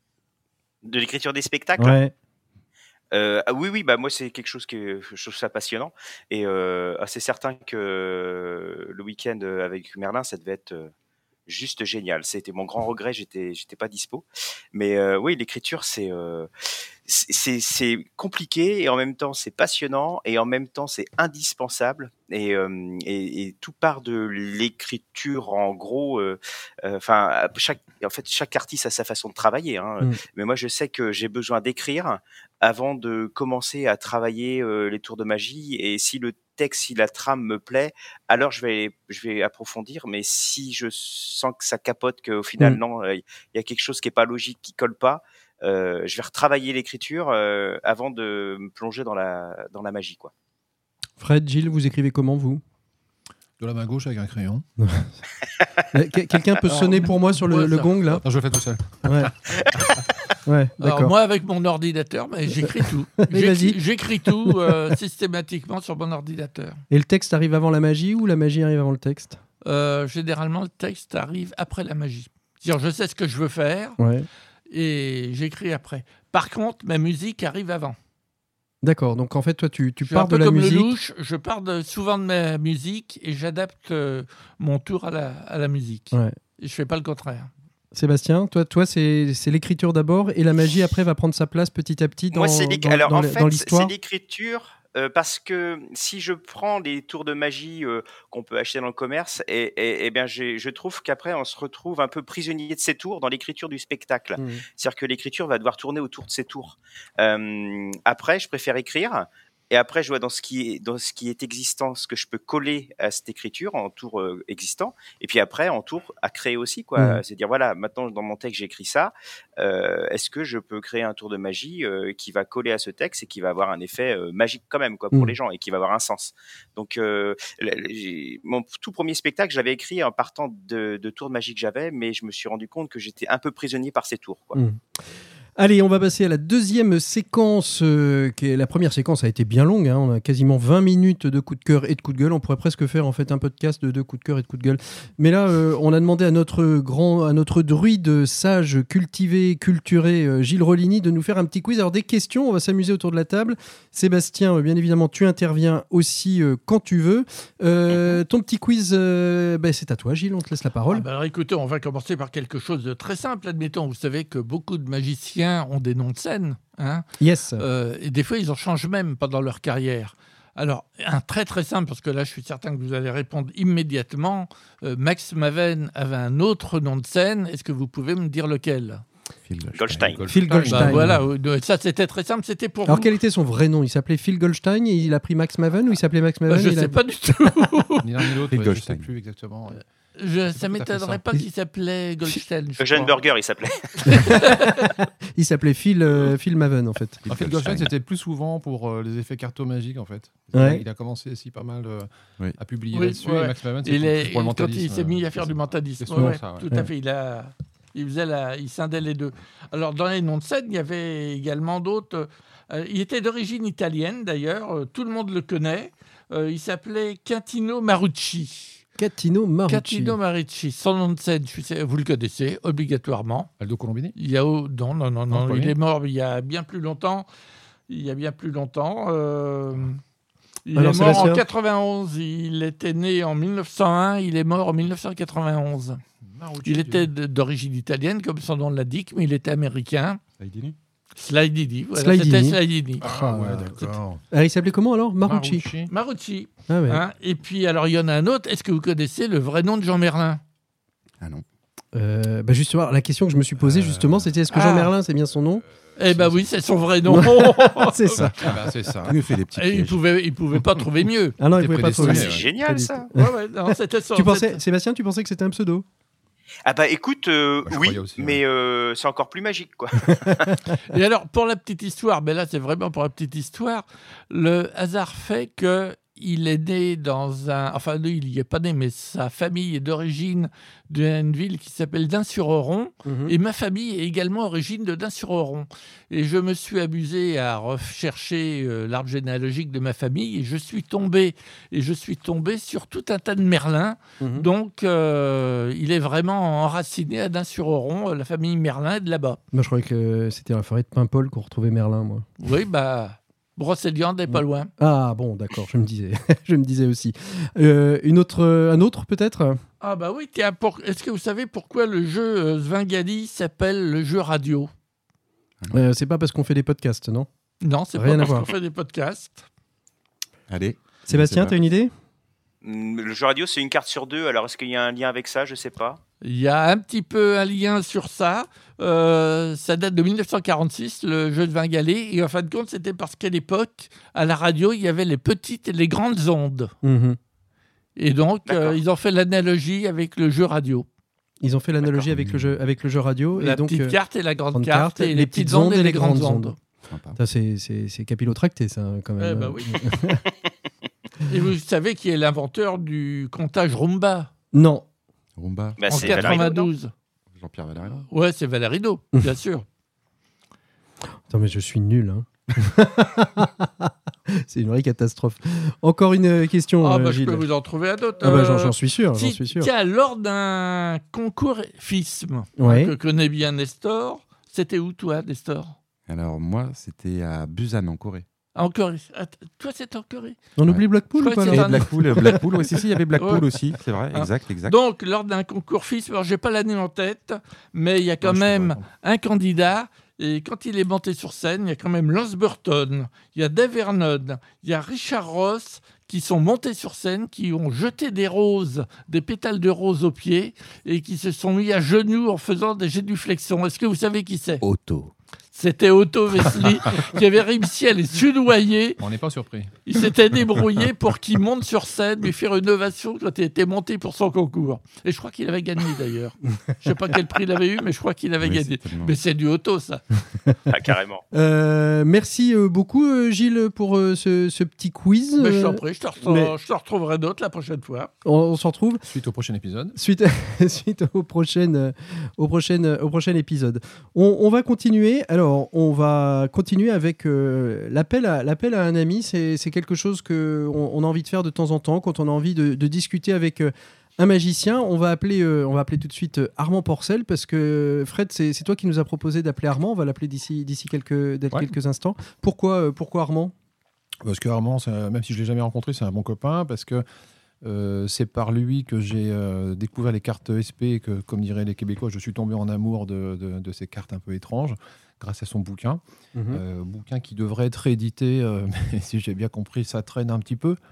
De l'écriture des spectacles. Ouais. Euh, ah oui, oui, bah moi c'est quelque chose que je trouve ça passionnant et euh, assez certain que le week-end avec Merlin, ça devait être euh, juste génial. C'était mon grand regret, j'étais j'étais pas dispo, mais euh, oui, l'écriture c'est euh, c'est c'est compliqué et en même temps c'est passionnant et en même temps c'est indispensable et, euh, et, et tout part de l'écriture en gros. Enfin, euh, euh, chaque en fait chaque artiste a sa façon de travailler, hein, Mm. mais moi je sais que j'ai besoin d'écrire avant de commencer à travailler euh, les tours de magie et si le texte, si la trame me plaît, alors je vais je vais approfondir, mais si je sens que ça capote, qu'au final Mm. non, il y a quelque chose qui est pas logique, qui colle pas, euh, je vais retravailler l'écriture euh, avant de me plonger dans la dans la magie, quoi. Fred, Gilles, vous écrivez comment, vous? De la main gauche avec un crayon. Euh, que- Quelqu'un peut Alors, sonner pour moi sur le, moi, le ça- gong, là? Non, je le fais tout seul. Ouais. Ouais, Alors d'accord. moi avec mon ordinateur, mais j'écris tout. Mais J'écris- vas-y. J'écris tout euh, systématiquement sur mon ordinateur. Et le texte arrive avant la magie ou la magie arrive avant le texte? Euh, généralement, le texte arrive après la magie. C'est-à-dire, je sais ce que je veux faire Ouais. et j'écris après. Par contre, ma musique arrive avant. D'accord, donc en fait, toi, tu, tu Je suis pars un peu de la comme musique. le louche, je pars de, souvent de ma musique et j'adapte euh, mon tour à la, à la musique. Ouais. Et je fais pas le contraire. Sébastien, toi, toi c'est, c'est l'écriture d'abord et la magie après va prendre sa place petit à petit dans, Moi, c'est l'éc- dans, Alors, dans en le- fait, dans c'est l'histoire. l'écriture. euh, parce que si je prends les tours de magie euh, qu'on peut acheter dans le commerce, et, et, et bien j'ai- je trouve qu'après on se retrouve un peu prisonnier de ces tours dans l'écriture du spectacle. Mmh. C'est-à-dire que l'écriture va devoir tourner autour de ces tours. Euh, après, je préfère écrire. Et après, je vois dans ce qui est, dans ce qui est existant, ce que je peux coller à cette écriture en tour euh, existant. Et puis après, en tour à créer aussi, quoi. Mhm. C'est dire, voilà, maintenant dans mon texte, j'ai écrit ça. Euh, est-ce que je peux créer un tour de magie euh, qui va coller à ce texte et qui va avoir un effet euh, magique quand même, quoi, pour Mhm. les gens et qui va avoir un sens. Donc, euh, le- le- j'ai- mon tout premier spectacle, je l'avais écrit en partant de, de tours de magie que j'avais, mais je me suis rendu compte que j'étais un peu prisonnier par ces tours, quoi. Mmh. Allez, on va passer à la deuxième séquence. Euh, qui est, la première séquence a été bien longue. Hein, on a quasiment vingt minutes de coups de cœur et de coups de gueule. On pourrait presque faire en fait un podcast de, de coups de cœur et de coups de gueule. Mais là, euh, on a demandé à notre grand, à notre druide sage, cultivé, culturé, euh, Gilles Rolini, de nous faire un petit quiz. Alors des questions, on va s'amuser autour de la table. Sébastien, euh, bien évidemment, tu interviens aussi euh, quand tu veux. Euh, ton petit quiz, euh, ben, c'est à toi, Gilles. On te laisse la parole. Ah bah alors écoutez, on va commencer par quelque chose de très simple. Admettons, vous savez que beaucoup de magiciens ont des noms de scène. Hein, Yes. euh, et des fois, ils en changent même pendant leur carrière. Alors, un très très simple, parce que là, je suis certain que vous allez répondre immédiatement. Euh, Max Maven avait un autre nom de scène. Est-ce que vous pouvez me dire lequel ? Phil Goldstein. Phil Goldstein. Bah, voilà, euh, ça c'était très simple, c'était pour Alors vous. quel était son vrai nom ? Il s'appelait Phil Goldstein et il a pris Max Maven ou il s'appelait Max Maven Bah, je et il ne a- sais pas du tout. Ni l'un ni l'autre, Phil ouais, je ne sais Goldstein. plus exactement. ouais. Je, ça tout à fait m'étonnerait ça. pas qu'il s'appelait Goldstein. je Eugène crois. Burger, il s'appelait. Il s'appelait Phil, euh, Phil Maven en fait. Ah, Phil Goldstein, c'était plus souvent pour euh, les effets cartomagiques en fait. Ouais. Il a commencé aussi pas mal euh, Oui. à publier Oui, là-dessus. ouais. Et Max Maven, c'est Il plus est, pour le quand il mentalisme. s'est mis à euh, faire du c'est- mentalisme. c'est souvent Ouais, ça, ouais. Tout Ouais. à fait. Il, a, il, faisait la, il scindait les deux. Alors, dans les noms de scène, il y avait également d'autres. Euh, il était d'origine italienne, d'ailleurs. Euh, tout le monde le connaît. Euh, il s'appelait Quintino Marucci. Catino Marucci. Quintino Marucci. Son nom de scène, je sais- vous le connaissez, obligatoirement. Aldo Colombini. Il y a, non, non, non, non, Non, c'est pas il lui. est mort il y a bien plus longtemps. Il y a bien plus longtemps. Euh, il Alors, est mort en Sébastien quatre-vingt-onze. Il était né en mille neuf cent un. Il est mort en mille neuf cent quatre-vingt-onze. Marucci, Il était de- d'origine italienne, comme son nom l'indique, mais il était américain. Slidini. Voilà, Slidini. c'était Slidini. Ah ouais, Ah, d'accord. Ah, il s'appelait comment alors ? Marucci. Marucci. Marucci. Ah ouais. Hein. Et puis, alors, il y en a un autre. Est-ce que vous connaissez le vrai nom de Jean Merlin ? Ah non. Euh, bah justement, la question que je me suis posée Euh, justement, c'était est-ce que Jean ah. Merlin c'est bien son nom ? Eh ben oui, c'est son vrai nom. C'est ça. Ah bah, c'est ça. Il nous fait des petits Et il pièges. pouvait, il pouvait pas trouver mieux. Ah non, il T'es pouvait pas prédestiné, trouver. C'est ouais. génial, Pas du ça. Ouais, ouais, non, c'était son. Tu pensais, c'était- Sébastien, tu pensais que c'était un pseudo ? Ah bah écoute, euh, Bah, je oui, croyais aussi, mais euh, c'est encore plus magique, quoi. Et alors, pour la petite histoire, ben là, c'est vraiment pour la petite histoire, le hasard fait que il est né dans un... Enfin, lui, il n'y est pas né, mais sa famille est d'origine d'une ville qui s'appelle Dain-sur-Oron. Et ma famille est également origine de Dain-sur-Oron. Et je me suis amusé à rechercher euh, l'arbre généalogique de ma famille et je suis tombé, et je suis tombé sur tout un tas de Merlin. Mhm. Donc, euh, il est vraiment enraciné à Dain-sur-Oron. La famille Merlin est de là-bas. Moi, je croyais que c'était dans la forêt de Paimpol qu'on retrouvait Merlin, moi. Oui, bah, Brocéliande n'est pas loin. Ah bon, d'accord, je me disais, je me disais aussi. Euh, une autre, un autre peut-être ? Ah bah oui, tiens, pour... est-ce que vous savez pourquoi le jeu euh, Svengali s'appelle le jeu radio ? Euh, C'est pas parce qu'on fait des podcasts, non ? Non, c'est Rien pas à parce voir. qu'on fait des podcasts. Allez. Sébastien, Je sais t'as une idée ? Mm, Le jeu radio, c'est une carte sur deux. Alors, est-ce qu'il y a un lien avec ça ? Je sais pas. Il y a un petit peu un lien sur ça. Euh, ça date de mille neuf cent quarante-six, le jeu de Svengali. Et en fin de compte, c'était parce qu'à l'époque, à la radio, il y avait les petites et les grandes ondes. Mhm. Et donc, D'accord. euh, ils ont fait l'analogie avec le jeu radio. Ils ont fait l'analogie avec le jeu, avec le jeu radio. La et donc, petite euh, carte et la grande grande carte, carte, et les, petites ondes et les grandes ondes. Sympa. ça, c'est, c'est, c'est capillotracté, ça, quand même. Eh ben oui. Et vous savez qui est l'inventeur du comptage Roomba Non. Rumba, Bah, en c'est Valérie, non quatre-vingt-douze. Jean-Pierre Valérino. Ouais, c'est Valerido, bien sûr. Attends, mais je suis nul. Hein. C'est une vraie catastrophe. Encore une euh, question, Ah, euh, bah, je Gilles. peux vous en trouver un autre. Ah bah, j'en, Euh, j'en suis sûr, j'en si- suis sûr. Tiens, lors d'un concours FISM Ouais. que connaît bien Nestor, c'était où toi, Nestor ? Alors moi, c'était à Busan en Corée. En Corée. Ah, t- toi, c'est en Corée. On Ouais. oublie Blackpool Je ou crois pas que Et là c'est un- Blackpool, Blackpool aussi, si, il y avait Blackpool Ouais. aussi, c'est vrai, Ah. exact, exact. Donc, lors d'un concours fils, alors j'ai pas l'année en tête, mais il y a quand Non, je sais même pas. un candidat. Et quand il est monté sur scène, il y a quand même Lance Burton, il y a Dave Vernon, il y a Richard Ross qui sont montés sur scène, qui ont jeté des roses, des pétales de roses aux pieds et qui se sont mis à genoux en faisant des génuflexions. Est-ce que vous savez qui c'est ? Auto. C'était Otto Wesley qui avait réussi à les soudoyer. On n'est pas surpris. Il s'était débrouillé pour qu'il monte sur scène, lui faire une ovation quand il était monté pour son concours. Et je crois qu'il avait gagné d'ailleurs. Je ne sais pas quel prix il avait eu, mais je crois qu'il avait Oui, gagné. certainement. Mais c'est du Otto, ça. Ah, carrément. Euh, merci euh, beaucoup, euh, Gilles, pour euh, ce, ce petit quiz. Mais je Euh, t'en prie, je te, retrouve- mais- je te retrouverai d'autres la prochaine fois. on on se retrouve Suite au prochain épisode. suite, suite au, prochain, euh, au, prochain, euh, au prochain épisode. On, on va continuer. Alors, on va continuer avec euh, l'appel à, l'appel à un ami. C'est, c'est quelque chose qu'on on a envie de faire de temps en temps quand on a envie de, de discuter avec euh, un magicien. On va appeler, euh, on va appeler tout de suite euh, Armand Porcel parce que Fred, c'est, c'est toi qui nous as proposé d'appeler Armand. On va l'appeler d'ici, d'ici quelques, d'ici Ouais. quelques instants. Pourquoi, euh, pourquoi Armand ? Parce que Armand, c'est un- même si je ne l'ai jamais rencontré, c'est un bon copain. Parce que euh, c'est par lui que j'ai euh, découvert les cartes E S P et que, comme diraient les Québécois, je suis tombé en amour de, de- de ces cartes un peu étranges grâce à son bouquin. Euh, bouquin qui devrait être réédité, euh, mais si j'ai bien compris, ça traîne un petit peu.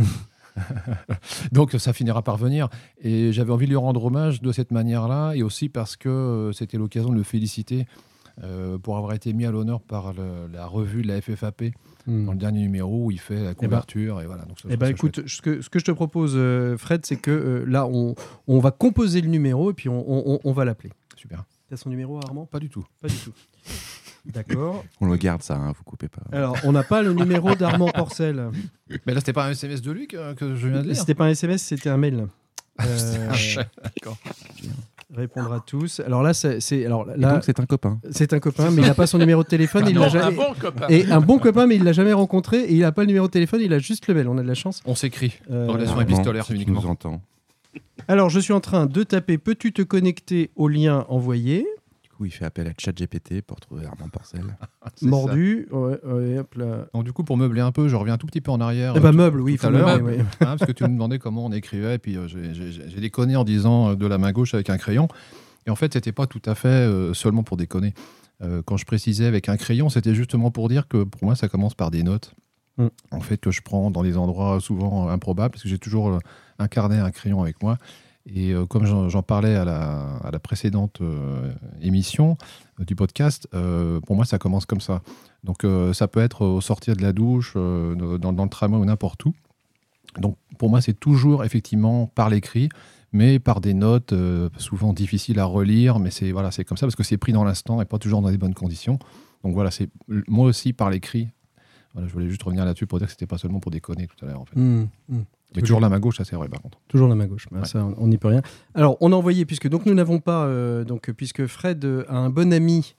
Donc ça finira par venir. Et j'avais envie de lui rendre hommage de cette manière-là, et aussi parce que euh, c'était l'occasion de le féliciter euh, pour avoir été mis à l'honneur par le- la revue de la F F A P dans le dernier numéro où il fait la couverture. Et voilà, donc ça, je Eh ben, trouve ça écoute, ce que, ce que je te propose, euh, Fred, c'est que euh, là, on, on va composer le numéro et puis on, on- on va l'appeler. chouette. Super. T'as son numéro, Armand ? Pas du tout. Pas du tout. D'accord. On le garde, ça, hein, vous coupez pas. Alors, on n'a pas le numéro d'Armand Porcel. Mais là, c'était pas un S M S de lui que, que je viens de lire. C'était pas un S M S, c'était un mail. Euh, D'accord. répondre à tous. Alors là, c'est, c'est- alors Et là, donc, c'est un copain. c'est un copain, mais il n'a pas son numéro de téléphone. il Non, l'a un jamais... bon copain. Et un bon copain, mais il l'a jamais rencontré. Et il n'a pas le numéro de téléphone, il a juste le mail. On a de la chance. On s'écrit. Euh, Relation Armand, épistolaire si tu uniquement. nous entends. Alors, je suis en train de taper. Peux-tu te connecter au lien envoyé ? Du coup, il fait appel à ChatGPT pour trouver Armand Porcel. C'est Mordu. Ouais, ouais, hop là. ça. Donc du coup, pour meubler un peu, je reviens un tout petit peu en arrière. Eh euh, ben, tout- meuble, oui, il tout à faut l'heure. meubler, oui. Hein, parce que tu me demandais comment on écrivait, et puis euh, j'ai- j'ai j'ai déconné en disant euh, de la main gauche avec un crayon. Et en fait, c'était pas tout à fait euh, seulement pour déconner. Euh, quand je précisais avec un crayon, c'était justement pour dire que pour moi, ça commence par des notes. Mm. En fait, que je prends dans des endroits souvent improbables, parce que j'ai toujours euh, un carnet, un crayon avec moi. Et euh, comme j'en j'en parlais à la, à la précédente euh, émission euh, du podcast, euh, pour moi, ça commence comme ça. Donc, euh, ça peut être au sortir de la douche, euh, dans, dans le tramway ou n'importe où. Donc, pour moi, c'est toujours effectivement par l'écrit, mais par des notes euh, souvent difficiles à relire. Mais c'est voilà, c'est comme ça parce que c'est pris dans l'instant et pas toujours dans les bonnes conditions. Donc voilà, c'est moi aussi par l'écrit. Voilà, je voulais juste revenir là-dessus pour dire que c'était pas seulement pour déconner tout à l'heure en fait. Hum, hum. Mais toujours la main gauche, ça c'est vrai par contre. Toujours la main gauche, bah, Ouais. ça on n'y peut rien. Alors on a envoyé, puisque donc nous n'avons pas, euh, donc puisque Fred euh, a un bon ami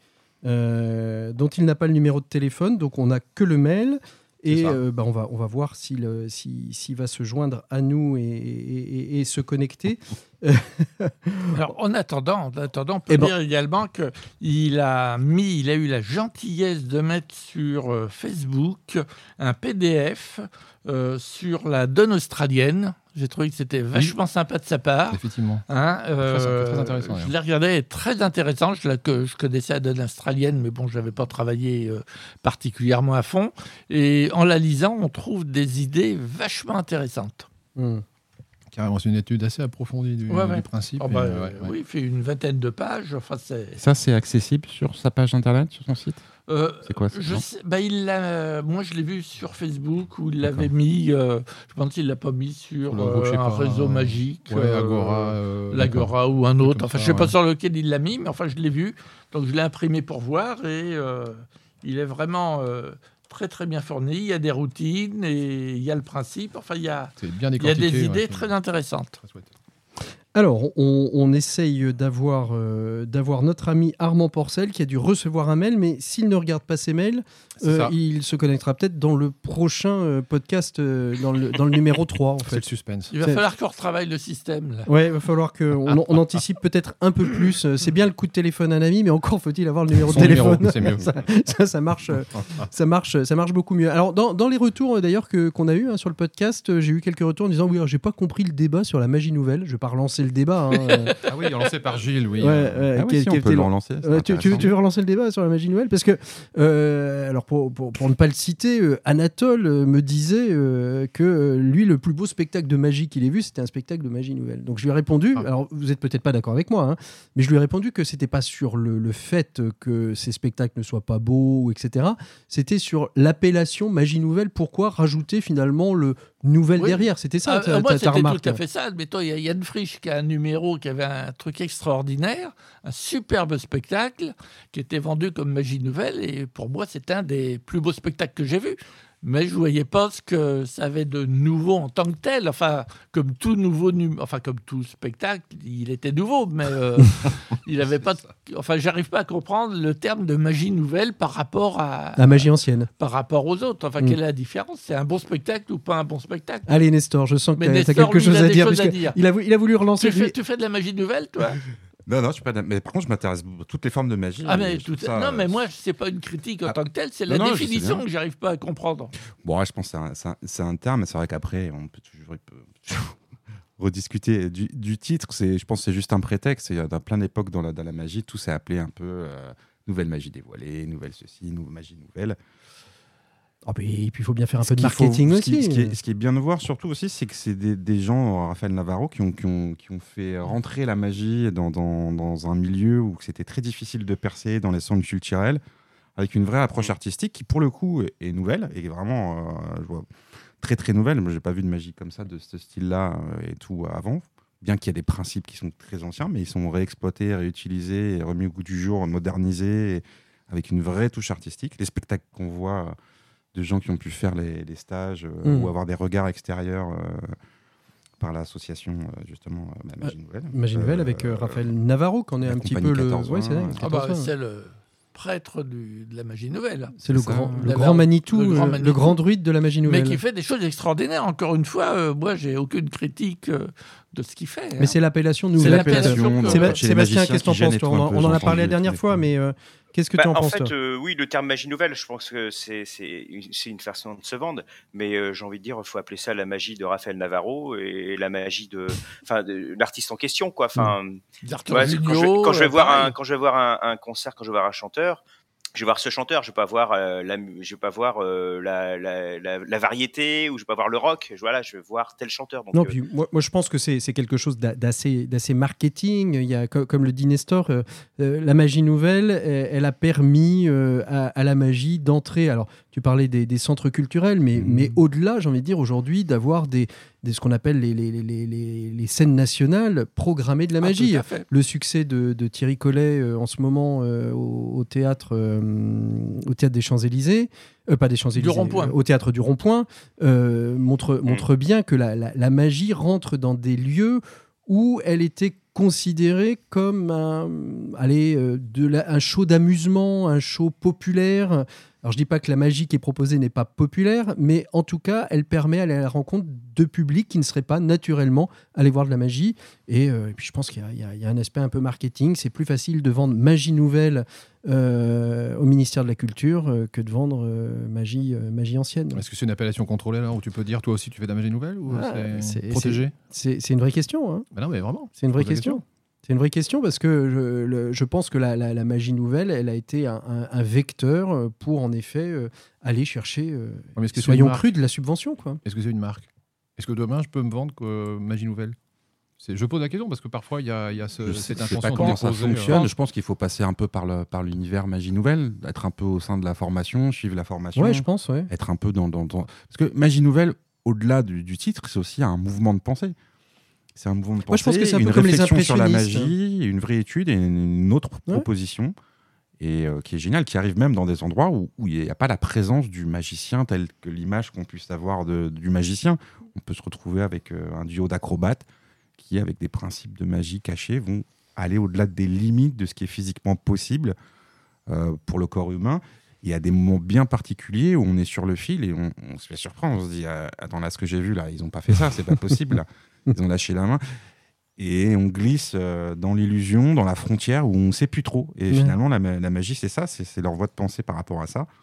euh, dont il n'a pas le numéro de téléphone, donc on n'a que le mail. Et C'est ça. euh, bah, on, va, on va voir s'il, euh, si- s'il va se joindre à nous et, et- et- et se connecter. Alors, en attendant, en attendant, on peut Eh ben- dire également qu'il a mis, il a eu la gentillesse de mettre sur euh, Facebook un P D F euh, sur la donne australienne. J'ai trouvé que c'était vachement sympa de sa part. Effectivement. Hein, euh, très intéressant, Je d'ailleurs. l'ai regardé, très intéressant. Je, la, que, je connaissais la donne australienne, mais bon, je n'avais pas travaillé euh, particulièrement à fond. Et en la lisant, on trouve des idées vachement intéressantes. Hum. Carrément, c'est une étude assez approfondie du, Ouais, ouais. du principe. Oh, et, bah, euh, ouais, ouais. Oui, il fait une vingtaine de pages. Enfin, c'est. Ça, c'est accessible sur sa page internet, sur son site Euh, C'est quoi ça je non sais, bah, il l'a, moi, je l'ai vu sur Facebook où il D'accord. l'avait mis. euh, je pense qu'il l'a pas mis sur Le groupe, je euh, sais un pas, réseau euh, magique. Ouais, euh, Agora. euh, L'Agora ou un autre. comme Enfin, ça, je sais pas ouais. sur lequel il l'a mis, mais enfin, je l'ai vu. Donc, je l'ai imprimé pour voir et euh, il est vraiment euh, très, très bien fourni. Il y a des routines et il y a le principe. Enfin, il y a, C'est bien il y a décortiqué. des ouais, idées c'est très intéressantes. très chouette. Alors, on, on essaye d'avoir, euh, d'avoir notre ami Armand Porcel qui a dû recevoir un mail, mais s'il ne regarde pas ses mails, euh, il se connectera peut-être dans le prochain euh, podcast, euh, dans, le, dans le numéro trois. En fait. C'est le suspense. Il va C'est... falloir qu'on retravaille le système. Là. Ouais, il va falloir qu'on on anticipe peut-être un peu plus. C'est bien le coup de téléphone à un ami, mais encore faut-il avoir le numéro Son de téléphone. Numéro, c'est mieux. ça, ça, ça, marche, ça, marche, ça marche beaucoup mieux. Alors, dans, dans les retours d'ailleurs que, qu'on a eu hein, sur le podcast, j'ai eu quelques retours en disant oui, alors, j'ai pas compris le débat sur la magie nouvelle. Je vais pas relancer le débat. Hein. Ah oui, lancé par Gilles, oui. Ouais, ouais, Ah oui, quel, si, quel on peut le relancer. Ouais, tu, tu, tu veux relancer le débat sur la magie nouvelle parce que euh, alors pour, pour, pour ne pas le citer, euh, Anatole euh, me disait euh, que euh, lui le plus beau spectacle de magie qu'il ait vu c'était un spectacle de magie nouvelle. Donc je lui ai répondu. Ah. Alors vous êtes peut-être pas d'accord avec moi, hein, mais je lui ai répondu que c'était pas sur le, le fait que ces spectacles ne soient pas beaux, et cetera. C'était sur l'appellation magie nouvelle. Pourquoi rajouter finalement le nouvelle oui. derrière? C'était ça. Ah, ta, moi, ta, c'était ta remarque. Tout à fait ça. Admettons, il y a Yann Frisch qui a un numéro qui avait un truc extraordinaire, un superbe spectacle qui était vendu comme magie nouvelle. Et pour moi, c'est un des plus beaux spectacles que j'ai vus. Mais je ne voyais pas ce que ça avait de nouveau en tant que tel. Enfin, comme tout nouveau, num- enfin comme tout spectacle, il était nouveau, mais euh, il n'avait pas. De... Enfin, j'arrive pas à comprendre le terme de magie nouvelle par rapport à la magie ancienne, par rapport aux autres. Enfin, mm. quelle est la différence? C'est un bon spectacle ou pas un bon spectacle? Allez, Nestor, je sens que tu as quelque lui, chose, a à, dire, choses à dire. Il a, il a voulu relancer. Tu fais, tu fais de la magie nouvelle, toi? Non, non, je suis pas. Mais par contre, je m'intéresse à toutes les formes de magie. Ah, mais tout... ça, non, mais moi, c'est pas une critique en ah. tant que telle, c'est non, la non, définition que j'arrive pas à comprendre. Bon, ouais, je pense que c'est un, c'est un, c'est un terme, mais c'est vrai qu'après, on peut toujours, on peut toujours rediscuter du, du titre. C'est, je pense que c'est juste un prétexte. Il y a dans plein d'époques dans la, dans la magie, tout s'est appelé un peu euh, nouvelle magie dévoilée, nouvelle ceci, nouvelle magie nouvelle. Oh, et puis il faut bien faire un ce peu de marketing faut, aussi. Ce qui, ce, qui est, ce qui est bien de voir surtout aussi, c'est que c'est des, des gens, Raphaël Navarro, qui ont, qui, ont, qui ont fait rentrer la magie dans, dans, dans un milieu où c'était très difficile de percer dans les centres culturels, avec une vraie approche artistique qui, pour le coup, est, est nouvelle, et vraiment euh, je vois, très très nouvelle. Moi, je n'ai pas vu de magie comme ça, de ce style-là euh, et tout avant, bien qu'il y ait des principes qui sont très anciens, mais ils sont réexploités, réutilisés, et remis au goût du jour, modernisés, et, avec une vraie touche artistique. Les spectacles qu'on voit... de gens qui ont pu faire les, les stages euh, mmh. ou avoir des regards extérieurs euh, par l'association euh, justement euh, Magie Nouvelle. Magie Nouvelle euh, avec euh, Raphaël Navarro, qu'on est un petit peu le... Ouais, c'est, ah bah, c'est le prêtre du, de la magie nouvelle. C'est, c'est le, grand, le, grand Manitou, le, grand Manitou, le grand druide de la magie nouvelle. Mais qui fait des choses extraordinaires. Encore une fois, euh, moi, j'ai aucune critique euh, de ce qu'il fait. Mais hein. c'est l'appellation nouvelle. C'est l'appellation. Que... Séba- Sébastien, qu'est-ce que tu en penses toi? On, on en a parlé la dernière fois, mais euh, qu'est-ce que bah, tu en, en penses fait, toi euh, oui, le terme magie nouvelle, je pense que c'est, c'est, c'est une façon de se vendre, mais euh, j'ai envie de dire, il faut appeler ça la magie de Raphaël Navarro et la magie de, enfin, de l'artiste en question, quoi. Enfin, mmh. ouais, quand, je, quand je vais voir un, quand je vais voir un, un concert, quand je vais voir un chanteur. Je vais voir ce chanteur, je vais pas voir euh, la, je vais pas voir euh, la, la, la, la variété ou je vais pas voir le rock. Je, voilà, je vais voir tel chanteur. Donc, non, euh... puis moi, moi je pense que c'est, c'est quelque chose d'assez, d'assez marketing. Il y a, comme le dit Nestor, euh, euh, la magie nouvelle, elle, elle a permis euh, à, à la magie d'entrer. Alors, tu parlais des, des centres culturels, mais, mmh. mais au-delà, j'ai envie de dire aujourd'hui, d'avoir des, des ce qu'on appelle les, les, les, les, les scènes nationales programmées de la magie. Ah, le succès de, de Thierry Collet euh, en ce moment euh, au, au théâtre, euh, au théâtre des Champs-Élysées, euh, pas des Champs-Élysées, du Rond-Point. Euh, au théâtre du Rond-Point, euh, montre, mmh. montre bien que la, la, la magie rentre dans des lieux où elle était considérée comme un, allez, euh, de la, un show d'amusement, un show populaire. Alors, je ne dis pas que la magie qui est proposée n'est pas populaire, mais en tout cas, elle permet d'aller à la rencontre de publics qui ne seraient pas naturellement allés voir de la magie. Et, euh, et puis, je pense qu'il y a, il y a, il y a un aspect un peu marketing. C'est plus facile de vendre magie nouvelle euh, au ministère de la Culture euh, que de vendre euh, magie, euh, magie ancienne. Est-ce que c'est une appellation contrôlée, là, où tu peux dire, toi aussi, tu fais de la magie nouvelle ou ah, c'est, c'est protégé? c'est, c'est une vraie question. Hein. Ben non, mais vraiment. C'est une vraie question. question. C'est une vraie question parce que je, le, je pense que la, la, la magie nouvelle, elle a été un, un, un vecteur pour, en effet, euh, aller chercher, euh, ouais, que soyons crus, de la subvention. Quoi. Est-ce que c'est une marque? Est-ce que demain, je peux me vendre que euh, magie nouvelle? C'est, je pose la question parce que parfois, il y a, y a ce, je cette sais, intention sais pas de comment déposer, ça fonctionne. Euh... Je pense qu'il faut passer un peu par, le, par l'univers magie nouvelle, être un peu au sein de la formation, suivre la formation. Ouais, je pense, ouais. Être un peu dans, dans, dans... Parce que magie nouvelle, au-delà du, du titre, c'est aussi un mouvement de pensée. C'est un mouvement de pensée, Moi, je pense que c'est un une peu comme les réflexion sur la impressionnistes. magie, une vraie étude et une autre ouais. proposition, et euh, qui est géniale, qui arrive même dans des endroits où il n'y a pas la présence du magicien tel que l'image qu'on puisse avoir de, du magicien. On peut se retrouver avec euh, un duo d'acrobates qui, avec des principes de magie cachés, vont aller au-delà des limites de ce qui est physiquement possible euh, pour le corps humain. Il y a des moments bien particuliers où on est sur le fil et on, on se fait surprendre. On se dit ah, attends, là, ce que j'ai vu, là, ils n'ont pas fait ça, c'est pas possible. Là. Ils ont lâché la main. Et on glisse euh, dans l'illusion, dans la frontière où on ne sait plus trop. Et Ouais. finalement, la, la magie, c'est ça, c'est, c'est leur voie de pensée par rapport à ça.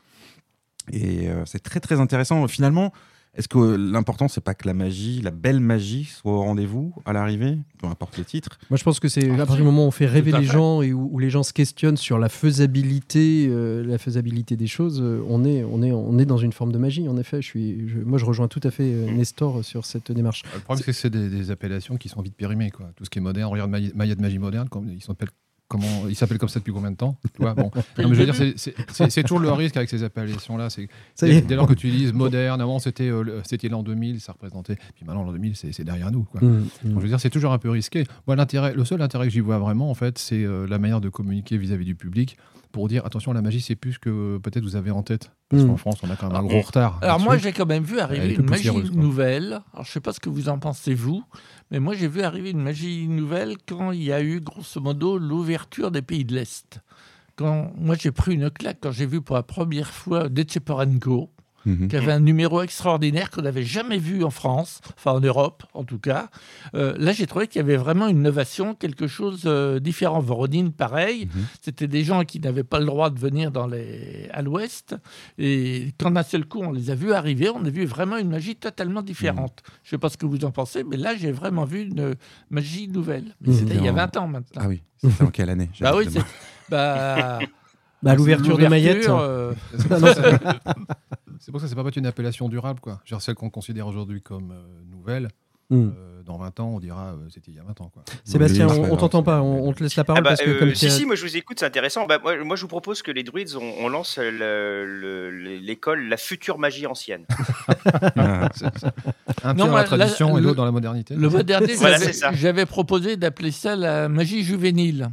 Et euh, c'est très, très intéressant. Finalement, est-ce que l'important, c'est pas que la magie, la belle magie, soit au rendez-vous à l'arrivée, peu importe le titre? Moi, je pense que c'est Ah, à partir si. du moment où on fait rêver Tout à les fait. gens et où, où les gens se questionnent sur la faisabilité, euh, la faisabilité des choses, euh, on est, on est, on est dans une forme de magie. En effet, je suis, je- moi, je rejoins tout à fait euh, Nestor sur cette démarche. Le problème, c'est que c'est des, des appellations qui sont vite périmées. Quoi. Tout ce qui est moderne, regarde Maillet Maillet de magie moderne, comme, ils s'appellent comment, ils s'appellent comme ça depuis combien de temps, tu vois, bon. Non, mais je veux dire, c'est, c'est, c'est, c'est toujours le risque avec ces appellations-là. C'est, Ça y dès, est. dès lors que tu dises moderne, avant c'était, euh, le- c'était l'an deux mille, ça représentait. Puis maintenant, l'an deux mille, c'est, c'est derrière nous. Quoi. Mmh, Donc, mmh. je veux dire, c'est toujours un peu risqué. Moi, l'intérêt, le seul intérêt que j'y vois vraiment, en fait, c'est euh, la manière de communiquer vis-à-vis du public pour dire attention, la magie, c'est plus que euh, peut-être vous avez en tête. Parce Mm. qu'en France, on a quand même un gros retard. Alors là-dessus. moi, j'ai quand même vu Elle est arriver peu une magie poussiéreuse, quoi. nouvelle. Alors je sais pas ce que vous en pensez vous, mais moi j'ai vu arriver une magie nouvelle quand il y a eu grosso modo l'ouverture des pays de l'Est. Quand moi j'ai pris une claque quand j'ai vu pour la première fois Deceparenko, Mhm. qui avait un numéro extraordinaire qu'on n'avait jamais vu en France, enfin en Europe en tout cas. Euh, là, j'ai trouvé qu'il y avait vraiment une innovation, quelque chose euh, différent. Voronine, pareil. Mhm. C'était des gens qui n'avaient pas le droit de venir dans les... à l'Ouest. Et quand d'un seul coup, on les a vus arriver, on a vu vraiment une magie totalement différente. Je ne sais pas ce que vous en pensez, mais là, j'ai vraiment vu une magie nouvelle. Mais Mhm. c'était il y a En- vingt ans maintenant. Ah oui, c'était en quelle année? Bah J'avais oui, demandé. c'est... Bah, Bah, l'ouverture de Maillette. euh, C'est pour ça que c'est- c'est pour ça que c'est pas une appellation durable, quoi. Genre celle qu'on considère aujourd'hui comme euh, nouvelle, Mmh. euh, dans vingt ans, on dira euh, c'était il y a vingt ans, quoi. Sébastien, Oui, on, c'est on pas t'entend grave, pas, c'est- on, on te laisse la Ah parole bah, parce que euh, comme si, tu as- si, moi je vous écoute, c'est intéressant. Bah, moi, moi, je vous propose que les Druids, on, on lance le- le- l'école La Future Magie Ancienne. Ah, Un Non, pied dans moi, la tradition là, et le- l'autre dans la modernité. Le mois dernier, Voilà, j'avais- c'est ça. j'avais proposé d'appeler ça la magie juvénile.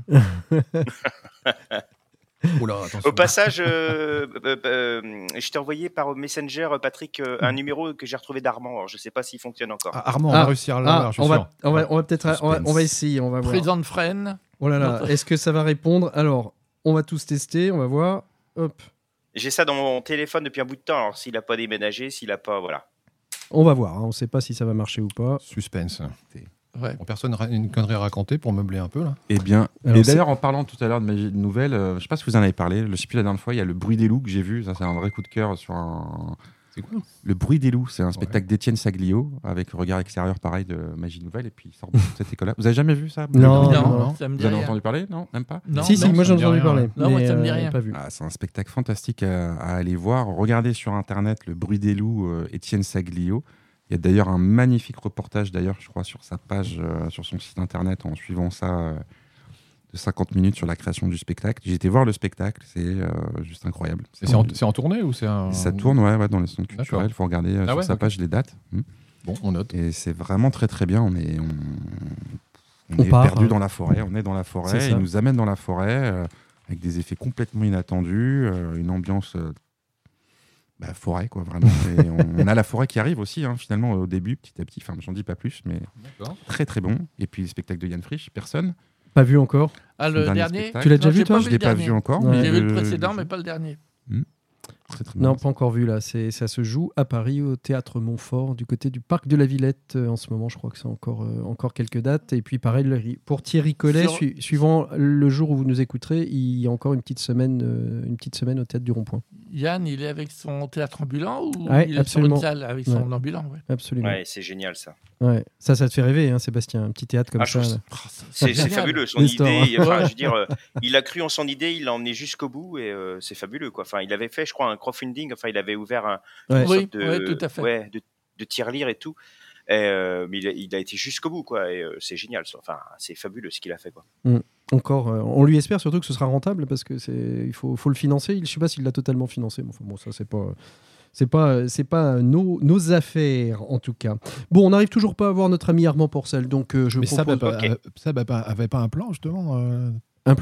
Oula, attention. Au passage, euh, euh, euh, je t'ai envoyé par Messenger, Patrick, euh, un numéro que j'ai retrouvé d'Armand. Alors, je ne sais pas s'il fonctionne encore. Ah, Armand, on Ah, va réussir à l'avoir, Ah, je suis on, sûr. va, on, va, on va peut-être on va, on va Suspense. essayer, on va voir. Présent de Fresnes. Oh là là, Non. est-ce que ça va répondre? Alors, on va tous tester, on va voir. Hop, J'ai ça dans mon téléphone depuis un bout de temps. Alors, s'il n'a pas déménagé, s'il n'a pas. Voilà. on va voir. hein, On ne sait pas si ça va marcher ou pas. Suspense. Ouais. Bon, personne n'a une connerie à raconter pour meubler un peu, là. Eh bien, Alors, et c'est- d'ailleurs, en parlant tout à l'heure de magie nouvelle, euh, je sais pas si vous en avez parlé, je sais plus la dernière fois, il y a le bruit des loups que j'ai vu, ça c'est un vrai coup de cœur sur un... C'est quoi? Le bruit des loups, c'est un spectacle d'Étienne Saglio, avec regard extérieur pareil de magie nouvelle, et puis il sort de cette école-là. Vous avez jamais vu ça? Non, Non, non, non. ça me dit Vous avez rien. entendu parler? Non, même pas? Non, si, si, non, moi ça j'en me ai dit entendu rien, parler. ouais. Non, moi, mais, ça me dit euh, rien. Pas vu. Ah, c'est un spectacle fantastique à, à aller voir. Regardez sur internet le bruit des loups, euh, Étienne Saglio. Il y a d'ailleurs un magnifique reportage, d'ailleurs, je crois, sur sa page, euh, sur son site internet, en suivant ça euh, de cinquante minutes sur la création du spectacle. J'ai été voir le spectacle, c'est euh, juste incroyable. Et C'est en, c'est en tournée ou c'est un... Ça tourne, ouais, ouais, dans les centres D'accord. culturels. Il faut regarder euh, Ah sur ouais, sa ok. page les dates. Mm. Bon, on note. Et c'est vraiment très très bien. On est, on, on On est part, perdu hein. dans la forêt. On est dans la C'est forêt. ça. Il nous amène dans la forêt euh, avec des effets complètement inattendus, euh, une ambiance euh, bah, forêt, quoi, vraiment. Et on, on a la forêt qui arrive aussi, hein, finalement, au début, petit à petit. Enfin, j'en dis pas plus, mais D'accord. très très bon. Et puis le spectacle de Yann Frisch, personne. Pas vu encore. Ah, Son le dernier dernier spectacle. Tu l'as déjà Non, vu, j'ai toi pas Je le l'ai pas dernier. vu encore. Ouais. mais J'ai vu le je- précédent, je- mais pas le dernier. Très, très Non, bien. pas encore vu là. C'est, ça se joue à Paris, au théâtre Montfort, du côté du parc de la Villette. euh, en ce moment, je crois que c'est encore, euh, encore quelques dates. Et puis, pareil, le- pour Thierry Collet, Sur- su- suivant le jour où vous nous écouterez, il y a encore une petite semaine, euh, une petite semaine au théâtre du Rond-Point. Yann, il est avec son théâtre ambulant ou Ouais, il est absolument. sur une salle avec son Ouais. ambulant ouais. Absolument. Ouais, c'est génial ça. Ouais. Ça, ça te fait rêver, hein, Sébastien, un petit théâtre comme Ah, je ça. trouve là. Oh, ça- C'est c'est génial. fabuleux. Son Nestor, idée, hein. enfin, Ouais. je veux dire, euh, il a cru en son idée, il l'a emmené jusqu'au bout et euh, c'est fabuleux. Quoi. Enfin, il avait fait, je crois, un crowdfunding. Enfin, il avait ouvert un Ouais. une Oui, sorte de, ouais, tout à fait. ouais, de, de tirelire et tout. Et, euh, mais il a, il a été jusqu'au bout, quoi. Et euh, c'est génial. ça. Enfin, c'est fabuleux ce qu'il a fait, quoi. Encore, euh, on lui espère surtout que ce sera rentable parce que c'est, il faut, faut le financer. Je ne sais pas s'il l'a totalement financé. Mais enfin, bon, ça c'est pas, c'est pas, c'est pas nos, nos affaires en tout cas. Bon, on n'arrive toujours pas à voir notre ami Armand Porcel, donc euh, je Mais ça propose n'avait pas, ok. euh, Sab avait pas- avait pas un plan, justement euh, un plan.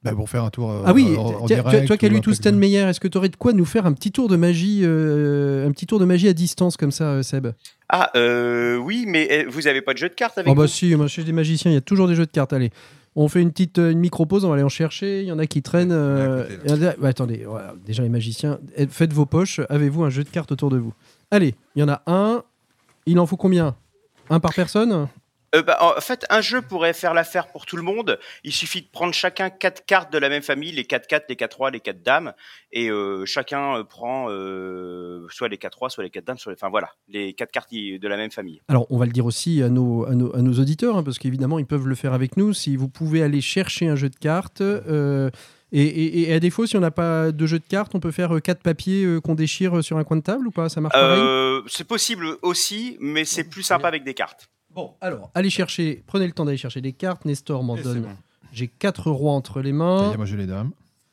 Bah, pour faire un tour. euh, Ah oui, en- en tiens, toi, direct toi qui as ou lu après tout Stan que- Meyer, est-ce que tu aurais de quoi nous faire un petit tour de magie, euh, un petit tour de magie à distance comme ça, euh, Seb? Ah, euh, oui, mais euh, vous avez pas de jeu de cartes avec Oh bah vous si, moi chez des magiciens, il y a toujours des jeux de cartes. Allez, on fait une petite euh, une micro-pause, on va aller en chercher. Il y en a qui traînent. euh, côté, il y en a- bah, attendez, voilà, déjà les magiciens, eh, faites vos poches, avez-vous un jeu de cartes autour de vous? Allez, il y en a un. Il en faut combien? Un par personne? Euh, bah, en fait, un jeu pourrait faire l'affaire pour tout le monde. Il suffit de prendre chacun quatre cartes de la même famille, les quatre quatre, les quatre trois, les quatre dames, et euh, chacun euh, prend euh, soit les quatre trois, soit les quatre dames, soit les... enfin voilà, les quatre cartes i- de la même famille. Alors, on va le dire aussi à nos, à nos, à nos auditeurs, hein, parce qu'évidemment, ils peuvent le faire avec nous. Si vous pouvez aller chercher un jeu de cartes, euh, et, et- et à défaut, si on n'a pas de jeu de cartes, on peut faire euh, quatre papiers euh, qu'on déchire sur un coin de table ou pas? Ça marche pareil? Euh, c'est possible aussi, mais c'est plus sympa avec des cartes. Bon, alors, allez chercher, prenez le temps d'aller chercher des cartes. Nestor m'en Et c'est donne. bon. J'ai quatre rois entre les Ça y mains. est, moi j'ai les dames.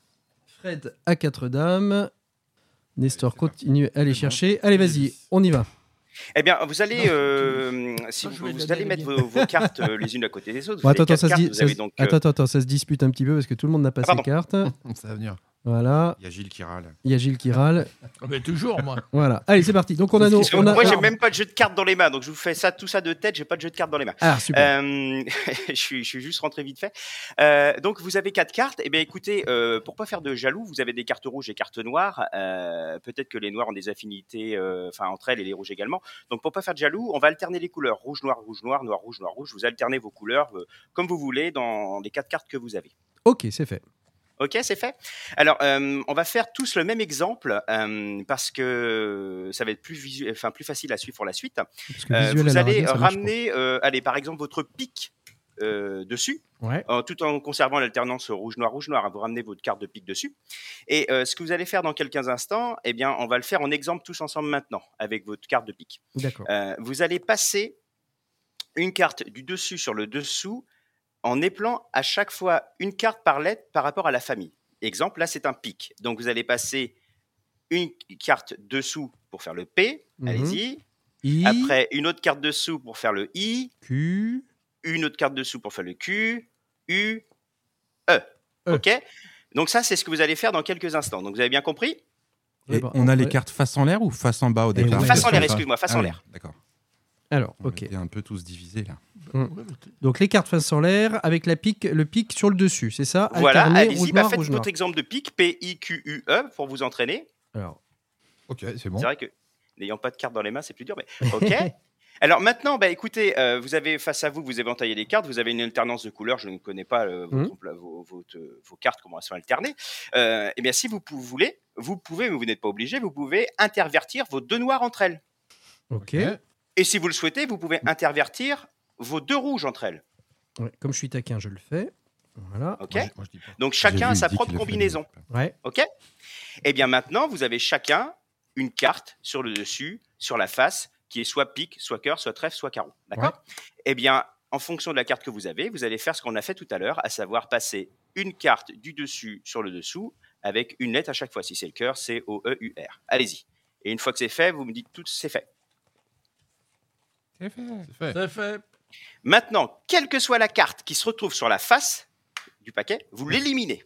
Fred a quatre dames. Nestor c'est continue à aller C'est bon. chercher. Allez, vas-y, on y va. Eh bien, vous allez, euh, si Non, je vous, vais vous donner allez la mettre mienne. vos, vos cartes euh, les unes à côté des autres. Bon, Vous attends, avez attends, ça quatre se, cartes, dit- vous ça avez se- donc, euh, attends, attends, attends, ça se dispute un petit peu parce que tout le monde n'a pas Ah, ses cartes. Ça va venir. Voilà, Il y a Gilles qui râle. il y a Gilles qui râle. Ah, mais toujours, moi. Voilà, allez, c'est parti. Donc, on a nos. parce que On a... moi, j'ai Ah, même pas de jeu de cartes dans les mains, donc je vous fais ça, tout ça de tête. J'ai pas de jeu de cartes dans les mains. Ah, super. Euh, je, suis, je suis juste rentré vite fait. Euh, donc vous avez quatre cartes. Eh bien écoutez, euh, pour pas faire de jaloux, vous avez des cartes rouges et cartes noires. Euh, peut-être que les noirs ont des affinités, euh, enfin entre elles et les rouges également. Donc pour pas faire de jaloux, on va alterner les couleurs rouge, noir, rouge, noir, noir, rouge, noir, rouge. Vous alternez vos couleurs euh, comme vous voulez dans les quatre cartes que vous avez. Ok, c'est fait. Ok, c'est fait. Alors, euh, on va faire tous le même exemple euh, parce que ça va être plus visuel, enfin plus facile à suivre pour la suite. Parce que Euh, visuel à vous la allez radio, ça marche ramener, euh, allez, par exemple, votre pique euh, dessus, pas. Ouais. euh, tout en conservant l'alternance rouge-noir, rouge-noir. Vous ramenez votre carte de pique dessus. Et euh, ce que vous allez faire dans quelques instants, eh bien, on va le faire en exemple tous ensemble maintenant avec votre carte de pique. D'accord. Euh, vous allez passer une carte du dessus sur le dessous en épelant à chaque fois une carte par lettre par rapport à la famille. Exemple, là, c'est un pique. Donc, vous allez passer une carte dessous pour faire le P. Mhm. Allez-y. I, Après, une autre carte dessous pour faire le I. Q. Une autre carte dessous pour faire le Q. U. E. E. OK? Donc, ça, c'est ce que vous allez faire dans quelques instants. Donc, vous avez bien compris? Ouais, Et bah, on a les ouais. cartes face en l'air ou face en bas au Eh départ ouais. Face en l'air, c'est ça. excuse-moi, face Ah en oui, l'air. D'accord. Alors, On ok. était un peu tous divisés là. Mm. Donc les cartes face en l'air avec la pique, le pic sur le dessus, c'est ça? Voilà, Alterné, allez-y, rouge, bah, noir, faites rouge, votre noir. exemple de pique, P I Q U E, pour vous entraîner. Alors, Ok, c'est bon. C'est vrai que n'ayant pas de carte dans les mains, c'est plus dur, mais OK. Alors maintenant, bah, écoutez, euh, vous avez face à vous, vous éventaillez les cartes, vous avez une alternance de couleurs, je ne connais pas euh, votre, pla- vos, votre- vos cartes, comment elles sont alternées. Euh, et bien si vous pou- voulez, vous pouvez, mais vous n'êtes pas obligé, vous pouvez intervertir vos deux noirs entre elles. ok. Ok. Et si vous le souhaitez, vous pouvez intervertir vos deux rouges entre elles. Ouais, comme je suis taquin, je le fais. Voilà. OK? Moi, je- moi, je dis pas. Donc J'ai chacun vu, a sa il dit propre qu'il le fait, combinaison. mais- Ouais. OK? Et bien maintenant, vous avez chacun une carte sur le dessus, sur la face, qui est soit pique, soit cœur, soit trèfle, soit carreau. D'accord? Eh bien, en fonction de la carte que vous avez, vous allez faire ce qu'on a fait tout à l'heure, à savoir passer une carte du dessus sur le dessous avec une lettre à chaque fois. Si c'est le cœur, C O E U R. Allez-y. Et une fois que c'est fait, vous me dites tout, c'est fait. C'est fait. C'est fait. Maintenant, quelle que soit la carte qui se retrouve sur la face du paquet, vous l'éliminez.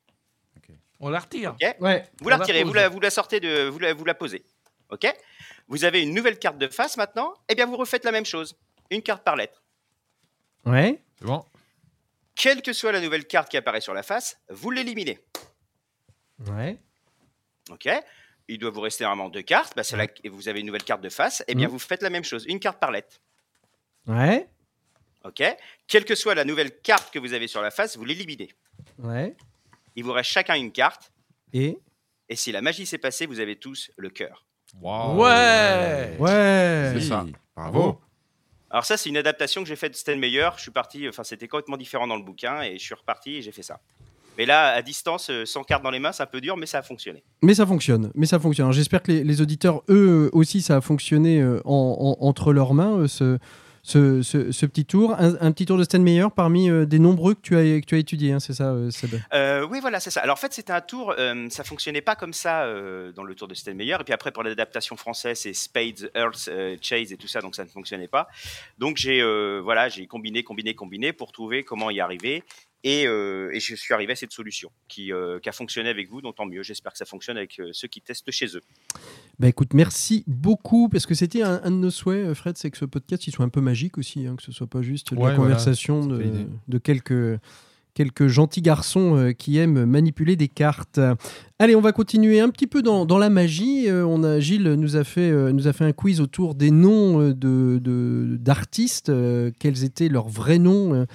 On la retire. OK? Ouais. Vous la On la retirez, pose. vous la, vous la sortez, de, vous, la, vous la posez. OK? Vous avez une nouvelle carte de face maintenant. Eh bien, vous refaites la même chose. Une carte par lettre. Ouais. C'est bon. Quelle que soit la nouvelle carte qui apparaît sur la face, vous l'éliminez. Ouais. OK? Il doit vous rester normalement deux cartes. Bah, c'est la- et vous avez une nouvelle carte de face. Eh bien, Mhm. vous faites la même chose. Une carte par lettre. Ouais. OK? Quelle que soit la nouvelle carte que vous avez sur la face, vous l'éliminez. Ouais. Il vous reste chacun une carte. Et. Et si la magie s'est passée, vous avez tous le cœur. Waouh. Ouais. Ouais. C'est Oui, ça. Bravo. Alors ça, c'est une adaptation que j'ai faite de Stan Meyer. Je suis parti, enfin c'était complètement différent dans le bouquin et je suis reparti et j'ai fait ça. Mais là, à distance, euh, sans carte dans les mains, c'est un peu dur, mais ça a fonctionné. Mais ça fonctionne. Mais ça fonctionne. Alors, j'espère que les, les auditeurs, eux aussi, ça a fonctionné euh, en- en- entre leurs mains, euh, ce, ce, ce- ce petit tour. Un, un petit tour de Stan Meyer parmi euh, des nombreux que tu as, que tu as étudiés, hein, c'est ça, euh, Seb? Euh, oui, voilà, c'est ça. Alors en fait, c'était un tour, euh, ça fonctionnait pas comme ça euh, dans le tour de Stan Meyer. Et puis après, pour l'adaptation française, c'est Spades, Earth, euh, Chase et tout ça, donc ça ne fonctionnait pas. Donc j'ai euh, voilà, j'ai combiné, combiné, combiné pour trouver comment y arriver. Et, euh, et je suis arrivé à cette solution qui, euh, qui a fonctionné avec vous, donc tant mieux. J'espère que ça fonctionne avec euh, ceux qui testent chez eux. Bah écoute, merci beaucoup, parce que c'était un, un de nos souhaits, Fred, c'est que ce podcast il soit un peu magique aussi, hein, que ce soit pas juste de Ouais, la conversation voilà, de, de quelques, quelques gentils garçons euh, qui aiment manipuler des cartes. Allez, on va continuer un petit peu dans, dans la magie. Euh, on a, Gilles nous a, fait, euh, nous a fait un quiz autour des noms euh, de, de, d'artistes, euh, quels étaient leurs vrais noms. Euh,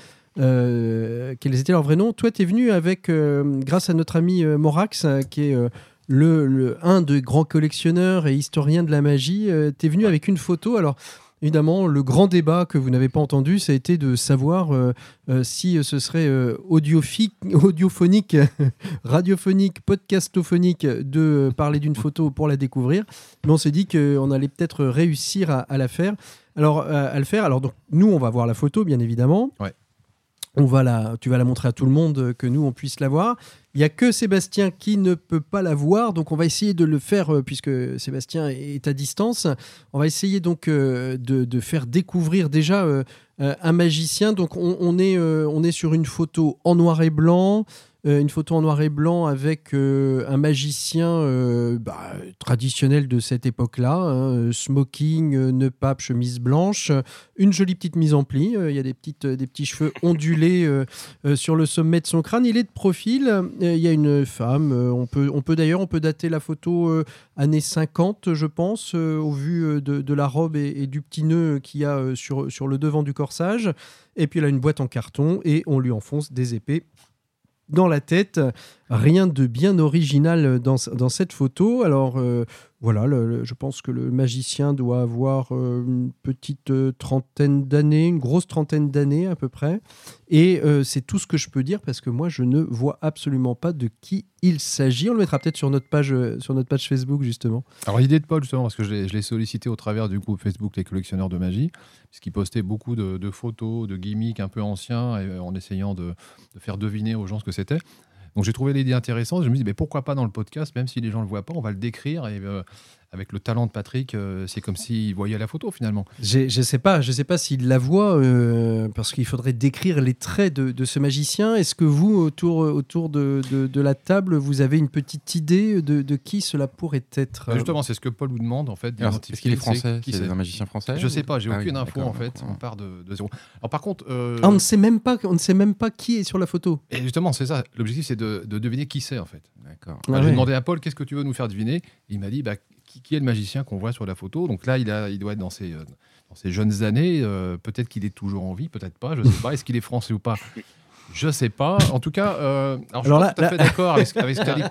euh, quels étaient leurs vrais noms. Toi, tu es venu avec, euh, grâce à notre ami euh, Morax, euh, qui est... Euh, Le, le, un des grands collectionneurs et historiens de la magie, euh, tu es venu avec une photo. Alors, évidemment, le grand débat que vous n'avez pas entendu, ça a été de savoir euh, euh, si ce serait euh, audiophonique, audiophonique radiophonique, podcastophonique de parler d'une photo pour la découvrir. Mais on s'est dit qu'on allait peut-être réussir à, à la faire. Alors, à, à le faire. Alors, donc, nous, on va voir la photo, bien évidemment. Ouais. On va la, tu vas la montrer à tout le monde, que nous, on puisse la voir. Il n'y a que Sébastien qui ne peut pas la voir, donc on va essayer de le faire, euh, puisque Sébastien est à distance. On va essayer donc euh, de, de faire découvrir déjà euh, euh, un magicien. Donc on, on, est, euh, on est sur une photo en noir et blanc, euh, une photo en noir et blanc avec euh, un magicien euh, bah, traditionnel de cette époque-là, hein, smoking, euh, nœud pape, chemise blanche, une jolie petite mise en pli. Il euh, y a des, petites, euh, des petits cheveux ondulés euh, euh, sur le sommet de son crâne. Il est de profil. Il euh, y a une femme. Euh, on peut, on peut d'ailleurs, on peut dater la photo euh, années cinquante, je pense, euh, au vu euh, de, de la robe et, et du petit nœud qu'il y a euh, sur, sur le devant du corsage. Et puis elle a une boîte en carton et on lui enfonce des épées dans la tête. Rien de bien original dans, dans cette photo. Alors euh, voilà, le, le, je pense que le magicien doit avoir euh, une petite euh, trentaine d'années, une grosse trentaine d'années à peu près. Et euh, c'est tout ce que je peux dire parce que moi, je ne vois absolument pas de qui il s'agit. On le mettra peut-être sur notre page, euh, sur notre page Facebook, justement. Alors l'idée de Paul, justement, parce que je l'ai, je l'ai sollicité au travers du groupe Facebook Les Collectionneurs de Magie, puisqu'il postait beaucoup de, de photos, de gimmicks un peu anciens, et, en essayant de, de faire deviner aux gens ce que c'était. Donc j'ai trouvé l'idée intéressante. Je me dis, mais pourquoi pas dans le podcast, même si les gens ne le voient pas, on va le décrire. Et euh, avec le talent de Patrick, euh, c'est comme s'il voyait la photo finalement. Je ne sais pas, je sais pas s'il la voit, euh, parce qu'il faudrait décrire les traits de, de ce magicien. Est-ce que vous, autour, autour de, de, de la table, vous avez une petite idée de, de qui cela pourrait être ? Justement, c'est ce que Paul vous demande en fait. Alors, est-ce qu'il est français ? Qui c'est, c'est un magicien français ? Je ne sais pas, j'ai ah aucune oui, info d'accord, en fait. d'accord. On part de, de zéro. Alors par contre, euh... ah, on ne sait même pas, on ne sait même pas qui est sur la photo. Et justement, c'est ça. L'objectif, c'est de, de deviner qui c'est en fait. D'accord. Alors, Ah j'ai ouais. demandé à Paul, qu'est-ce que tu veux nous faire deviner ? Il m'a dit, bah, qui, qui est le magicien qu'on voit sur la photo ? Donc là, il, a, il doit être dans ses, euh, dans ses jeunes années. Euh, peut-être qu'il est toujours en vie, peut-être pas. Je ne sais pas. Est-ce qu'il est français ou pas ? Je ne sais pas. En tout cas, euh, alors, je suis Alors pas là- tout à là- fait d'accord avec, ce- avec ce qu'a dit.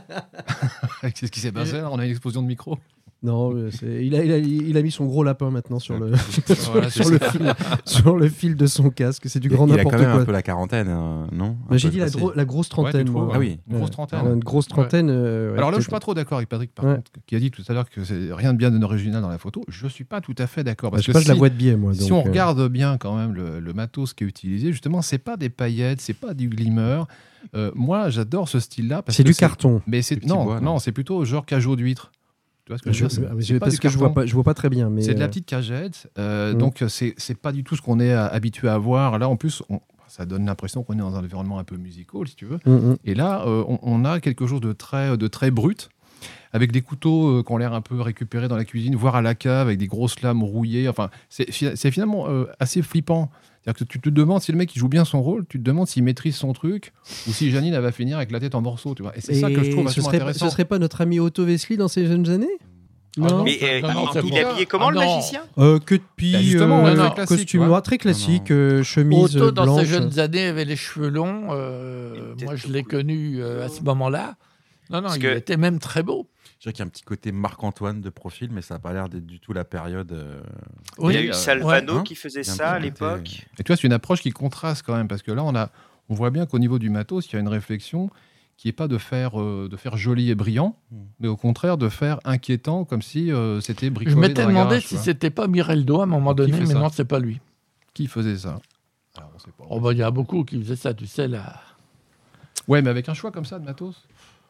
Avec ce qui s'est passé. Là, on a une explosion de micro. Non, euh, c'est- il, a, il, a, il a mis son gros lapin maintenant sur le, Voilà, sur, c'est le ça. fil, sur le fil de son casque. C'est du grand il a n'importe quand même quoi. un peu la quarantaine, hein, non Bah, j'ai Un peu dit la, passé. gro- la grosse Ouais, trentaine. tu trouves, moi. Ah oui. Une grosse Ouais. trentaine. Une grosse trentaine. euh, ouais, Alors là, je peut-être. suis pas trop d'accord avec Patrick, par Ouais. contre, qui a dit tout à l'heure que c'est rien de bien de original dans la photo. Je suis pas tout à fait d'accord. Bah, Parce je sais que pas, je la si- vois de biais, moi. Si donc, on euh, regarde bien quand même le, le matos qui est utilisé, justement, c'est pas des paillettes, c'est pas du glimmer. Euh, moi, j'adore ce style-là. parce c'est que du carton. Mais c'est Du petit non, bois, non, non. c'est plutôt genre cajot d'huître. Tu vois ce que je Je- veux dire C'est- ah, mais c'est je- pas parce du que je vois carton. pas, je vois pas très bien. Mais C'est de la euh, petite cagette, euh, Mm. donc c'est c'est pas du tout ce qu'on est euh, habitué à voir. Là, en plus, on- ça donne l'impression qu'on est dans un environnement un peu musical, si tu veux. hum, hum. Et là, euh, on, on a quelque chose de très, de très brut, avec des couteaux euh, qui ont l'air un peu récupérés dans la cuisine, voire à la cave, avec des grosses lames rouillées. Enfin, c'est fi- c'est finalement euh, assez flippant. C'est-à-dire que tu te demandes si le mec il joue bien son rôle, tu te demandes s'il maîtrise son truc, ou si Janine elle va finir avec la tête en morceaux. Tu vois. Et c'est ça que je trouve Et ce vachement serait, intéressant. ce serait pas notre ami Otto Vesely dans ses jeunes années Ah non. Mais euh, Non, non, il- c'est il bon. est habillé comment, Ah le non. magicien euh, Que de pie, Bah, justement, euh, ouais, très classique, costume ouais. noir, très classique, euh, chemise Otto, dans blanche. ses jeunes années, avait les cheveux longs. euh, Il était moi, je tout l'ai cool. connu euh, à ce moment-là. Non, non, Parce il que- était même très beau. Je dirais qu'il y a un petit côté Marc-Antoine de profil, mais ça n'a pas l'air d'être du tout la période. euh, Il y a Oui, eu euh, Salvano ouais. qui faisait Il y a un ça à petit côté- l'époque. Et tu vois, c'est une approche qui contraste quand même, parce que là, on, a, on voit bien qu'au niveau du matos, il y a une réflexion qui n'est pas de faire, euh, de faire joli et brillant, Mm. mais au contraire de faire inquiétant, comme si euh, c'était Je bricolé m'étais dans un demandé garage, tu si vois. c'était pas Mireldo à un moment Qui donné, fait mais ça non, c'est pas lui. Qui faisait ça. Alors, on sait pas. Oh, bah, il y a beaucoup qui faisaient ça, tu sais, là. Ouais, mais avec un choix comme ça de matos.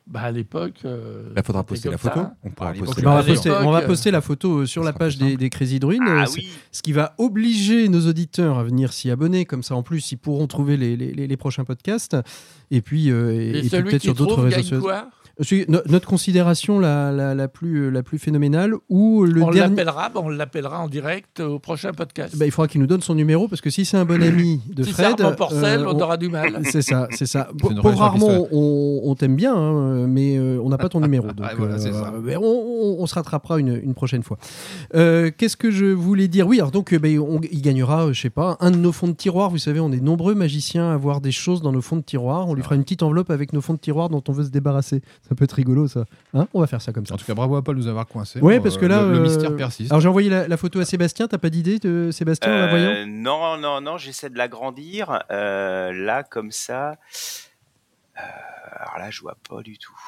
Bah, à l'époque. Euh, Il faudra c'était poster la comme photo. ça. On pourra Ah, à l'époque, poster Ben, on, va À poster, l'époque, on va euh, poster la photo sur ça la sera page plus des, des Crazy Druids, Ah euh, oui. ce qui va obliger nos auditeurs à venir s'y abonner. Comme ça, en plus, ils pourront trouver les, les, les- les prochains podcasts. Et puis, euh, et, Et, et puis celui peut-être qui sur d'autres trouve réseaux gagne sociaux. quoi? Celui- no- Notre considération la, la, la, plus, la plus phénoménale, ou le On dernier. l'appellera, bah, on l'appellera en direct au prochain podcast. Ben, il faudra qu'il nous donne son numéro parce que si c'est un bon ami de si c'est Fred, Armand Porcel, euh, on aura du mal. c'est ça, c'est ça. une Pauvre relation Armand, qui on, on t'aime bien, hein, mais euh, on n'a pas ton numéro. Donc, Ah, voilà, c'est ça. mais on, on- on se rattrapera une, une prochaine fois. Euh, Qu'est-ce que je voulais dire? Oui, alors donc, euh, ben, on- il gagnera, euh, je sais pas, un de nos fonds de tiroir. Vous savez, on est nombreux magiciens à avoir des choses dans nos fonds de tiroir. On lui fera une petite enveloppe avec nos fonds de tiroir dont on veut se débarrasser. Ça peut être rigolo, ça. Hein, on va faire ça comme ça. En tout cas, bravo à Paul de nous avoir coincés. Ouais, Bon, parce euh, que là, le, le euh, mystère persiste. Alors j'ai envoyé la, la photo à Sébastien. T'as pas d'idée, de Sébastien, en la voyant? Euh, non, non, non, j'essaie de l'agrandir. Euh, là, comme ça. Euh, alors là, je vois pas du tout.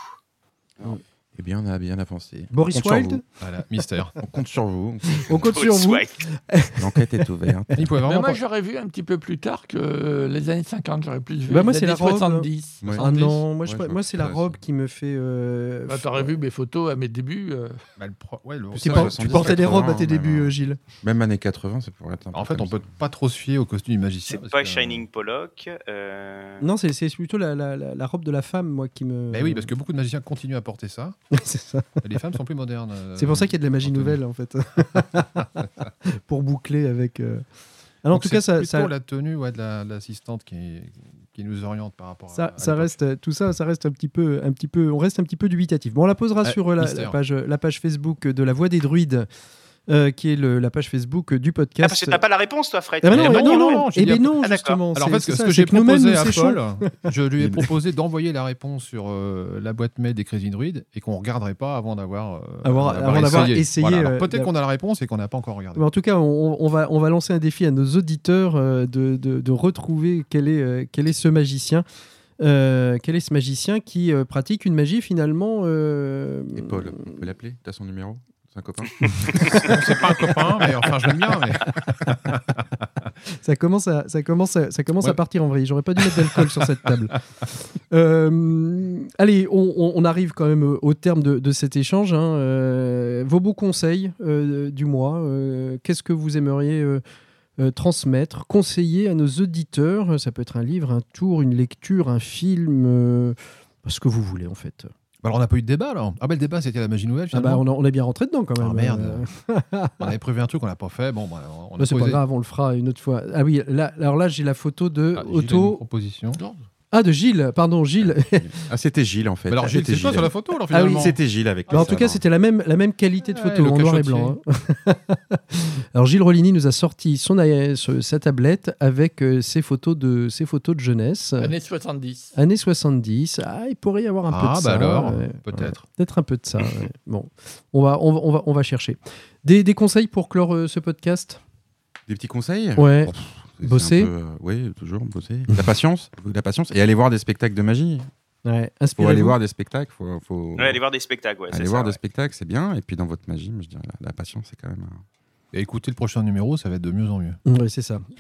Eh bien, on a bien avancé. Boris On compte sur Wilde vous. Voilà, mystère. On compte sur vous. On compte sur vous. Ouais. L'enquête est ouverte. Il pouvait Mais vraiment moi, pas- j'aurais vu un petit peu plus tard que les années cinquante, j'aurais plus vu Bah, moi, les c'est la années robe. soixante-dix. Ouais. Ah soixante-dix. non, moi, je- Ouais, je moi c'est la vois. robe qui me fait. euh, Bah, t'aurais vu mes photos à mes débuts. euh. Bah, le pro- ouais, le- Tu, Ouais, por- soixante-dix, tu portais des robes à tes quatre-vingts, débuts, même. euh, Gilles. Même années quatre-vingts, ça pourrait être un peu En fait, comme on peut ça. pas trop se fier au costume du magicien. C'est parce pas que- Shining Pollock. euh, Non, c'est c'est plutôt la, la, la, la robe de la femme, moi, qui me. Mais oui, parce que beaucoup de magiciens continuent à porter ça. c'est ça. Et les femmes sont plus modernes. euh, C'est pour ça qu'il y a de la magie Anthony. nouvelle, en fait. Pour boucler avec. euh, Alors, en Donc tout cas, c'est ça, plutôt ça, la tenue ouais, de la- de l'assistante qui, qui nous oriente par rapport ça, à. à ça l'époque. reste, tout ça, ça reste un petit peu, un petit peu, on reste un petit peu dubitatif. Bon, on la posera Ah, sur euh, la, mystère. la page, la page Facebook de la Voix des Druides, euh, qui est le- la page Facebook du Ah, podcast. parce que t'as pas la réponse, toi, Fred. Ah bah non, Eh eh ben non, non, non, non, j'ai eh dit ben après- non, Ah, d'accord. justement. Alors en c'est- fait, c'est ce ça, que c'est j'ai que nous-mêmes, proposé nous à séchons. Paul, je lui ai proposé d'envoyer la réponse sur euh, la boîte mail des Crazy Druids et qu'on ne regarderait pas avant d'avoir euh, Avoir- avant d'avoir essayé, Voilà. Alors, euh, peut-être la- qu'on a la réponse et qu'on n'a pas encore regardé. Mais en tout cas, on, on va, on va lancer un défi à nos auditeurs euh, de, de- de retrouver quel est, euh, quel est ce magicien. Euh, quel est ce magicien qui euh, pratique une magie finalement euh, Et Paul, on peut l'appeler? T'as son numéro? C'est un copain? Bon, c'est pas un copain, mais enfin, je l'aime bien. Mais... ça commence à, ça commence à, ça commence Ouais. à partir en vrille. J'aurais pas dû mettre d'alcool sur cette table. Euh, allez, on, on- on arrive quand même au, au terme de, de cet échange. hein. Euh, vos beaux conseils euh, du mois. euh, Qu'est-ce que vous aimeriez euh, euh, transmettre, conseiller à nos auditeurs? Ça peut être un livre, un tour, une lecture, un film, euh, ce que vous voulez en fait. Bah, alors, on n'a pas eu de débat, là. Ah, bah, le débat, c'était la magie nouvelle, Ah bah, finalement. on, a- on est bien rentré dedans quand même. Ah, merde. Euh, On avait prévu un truc, on l'a pas fait. Bon, bah, on a bah, c'est pas posé- grave, on le fera une autre fois. Ah oui, là, alors là j'ai la photo de Ah, Gilles a une Otto. proposition. Ah, de Gilles, pardon, Gilles. Ah, c'était Gilles en fait. Mais alors, Gilles, C'était c'est toi sur la photo, alors, Ah oui, finalement. C'était Gilles avec Mais en ça, tout cas, non. c'était la même, la même qualité de Ouais, photo, le en noir et cachotier. blanc. hein. Alors, Gilles Rolini nous a sorti son, a- ce- sa tablette avec euh, ses, photos de, ses photos de jeunesse. Années soixante-dix. Années soixante-dix. Ah, il pourrait y avoir un peu Ah, de bah ça. alors, ouais. peut-être. Ouais, peut-être un peu de ça. ouais. Bon, on va, on va, on va, on va chercher. Des, des conseils pour clore euh, ce podcast? Des petits conseils? Ouais. Oh, pff, c'est Bosser. un peu, euh, Oui, toujours bosser. La patience, faut de la patience. Et aller voir des spectacles de magie. Ouais. Faut Inspirez-vous. aller voir des spectacles. Faut, faut... Ouais, aller voir des spectacles, ouais. aller c'est voir ça, des ouais. spectacles, c'est bien. Et puis dans votre magie, moi, je dirais, la, la patience, c'est quand même. un- Et écoutez le prochain numéro, ça va être de mieux en mieux. Oui, c'est ça.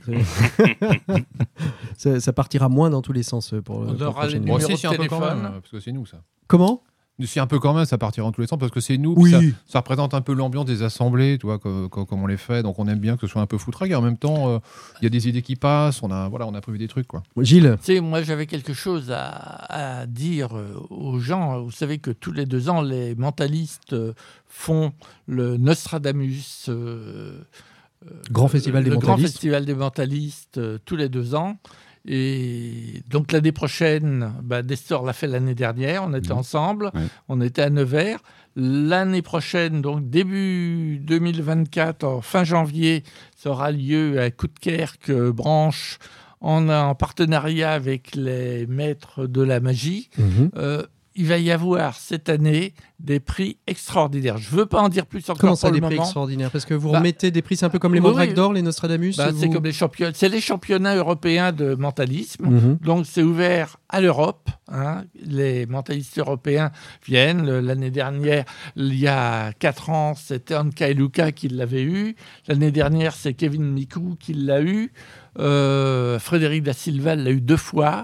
ça. Ça partira moins dans tous les sens euh, pour, On pour le aura prochain les numéro. numéros Bon, si, si, de un peu quand téléphone. même, parce que c'est nous, ça. Comment? Si, un peu quand même, ça partira en tous les sens, parce que c'est nous. Oui. puis Ça, ça représente un peu l'ambiance des assemblées, tu vois, comme, comme- comme on les fait. Donc on aime bien que ce soit un peu foutraque. Et en même temps, euh, il y a des idées qui passent. On a, voilà, on a prévu des trucs, quoi. Gilles? Tu sais, moi, j'avais quelque chose à, à dire euh, aux gens. Vous savez que tous les deux ans, les mentalistes euh, font le Nostradamus. euh, euh, Grand festival des le Grand mentalistes. festival des mentalistes euh, tous les deux ans. Et donc l'année prochaine, bah, Destor l'a fait l'année dernière. On était Mhm. ensemble. Ouais. On était à Nevers. L'année prochaine, donc début deux mille vingt-quatre, en fin janvier, ça aura lieu à Coudekerque, euh, Branche, en, en partenariat avec les maîtres de la magie. Mhm. Euh, il va y avoir cette année des prix extraordinaires. Je ne veux pas en dire plus encore Comment pour ça, le des prix moment. extraordinaires? Parce que vous Bah, remettez des prix, c'est un peu comme les oui, Mandrake oui. d'Or, les Nostradamus Bah, c'est vous- comme les championnats, c'est les championnats européens de mentalisme. Mhm. Donc c'est ouvert à l'Europe. hein. Les mentalistes européens viennent. Le- L'année dernière, il y a quatre ans, c'était Anka Luka qui l'avait eu. L'année dernière, c'est Kevin Mikou qui l'a eu. Euh, Frédéric da Silva l'a eu deux fois.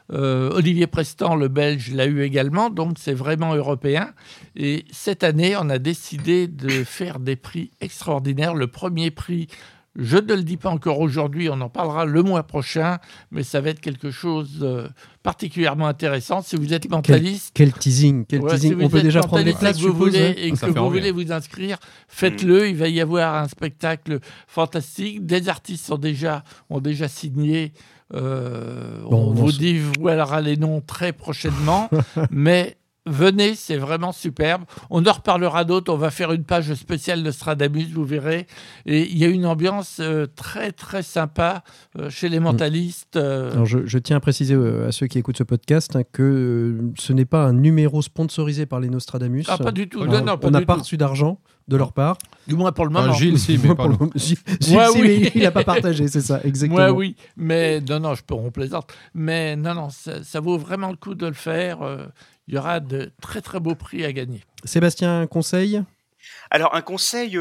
Euh, Olivier Prestan, le Belge, l'a eu également, donc c'est vraiment européen. Et cette année, on a décidé de faire des prix extraordinaires. Le premier prix, je ne le dis pas encore aujourd'hui, on en parlera le mois prochain, mais ça va être quelque chose de particulièrement intéressant. Si vous êtes mentaliste... Quel, quel teasing, quel ouais, teasing. si On peut déjà prendre les places, que je vous suppose, voulez, hein. et Ça que fait vous envie, voulez vous inscrire, faites-le. Il va y avoir un spectacle fantastique. Des artistes sont déjà, ont déjà signé. Euh, Bon, on on vous s- dit voilà les noms très prochainement, mais venez, c'est vraiment superbe. On en reparlera d'autres. On va faire une page spéciale de Stradamus, vous verrez. Et il y a une ambiance euh, très très sympa euh, chez les mentalistes. euh, Alors je, je tiens à préciser euh, à ceux qui écoutent ce podcast hein, que euh, ce n'est pas un numéro sponsorisé par les Nostradamus. Ah, pas du tout. Alors, Non, non, pas on n'a du pas tout. reçu d'argent de leur part. Du moins pour le Ah, moment. Gilles, si, mais pas Pour le nous. moment, Gilles, Gilles, Moi, si, oui. mais il n'a pas partagé, c'est ça, exactement. Moi, oui, mais non, non, je peux, on plaisante. Mais non, non, ça, ça vaut vraiment le coup de le faire. Euh, Il y aura de très, très beaux prix à gagner. Sébastien, un conseil Alors un conseil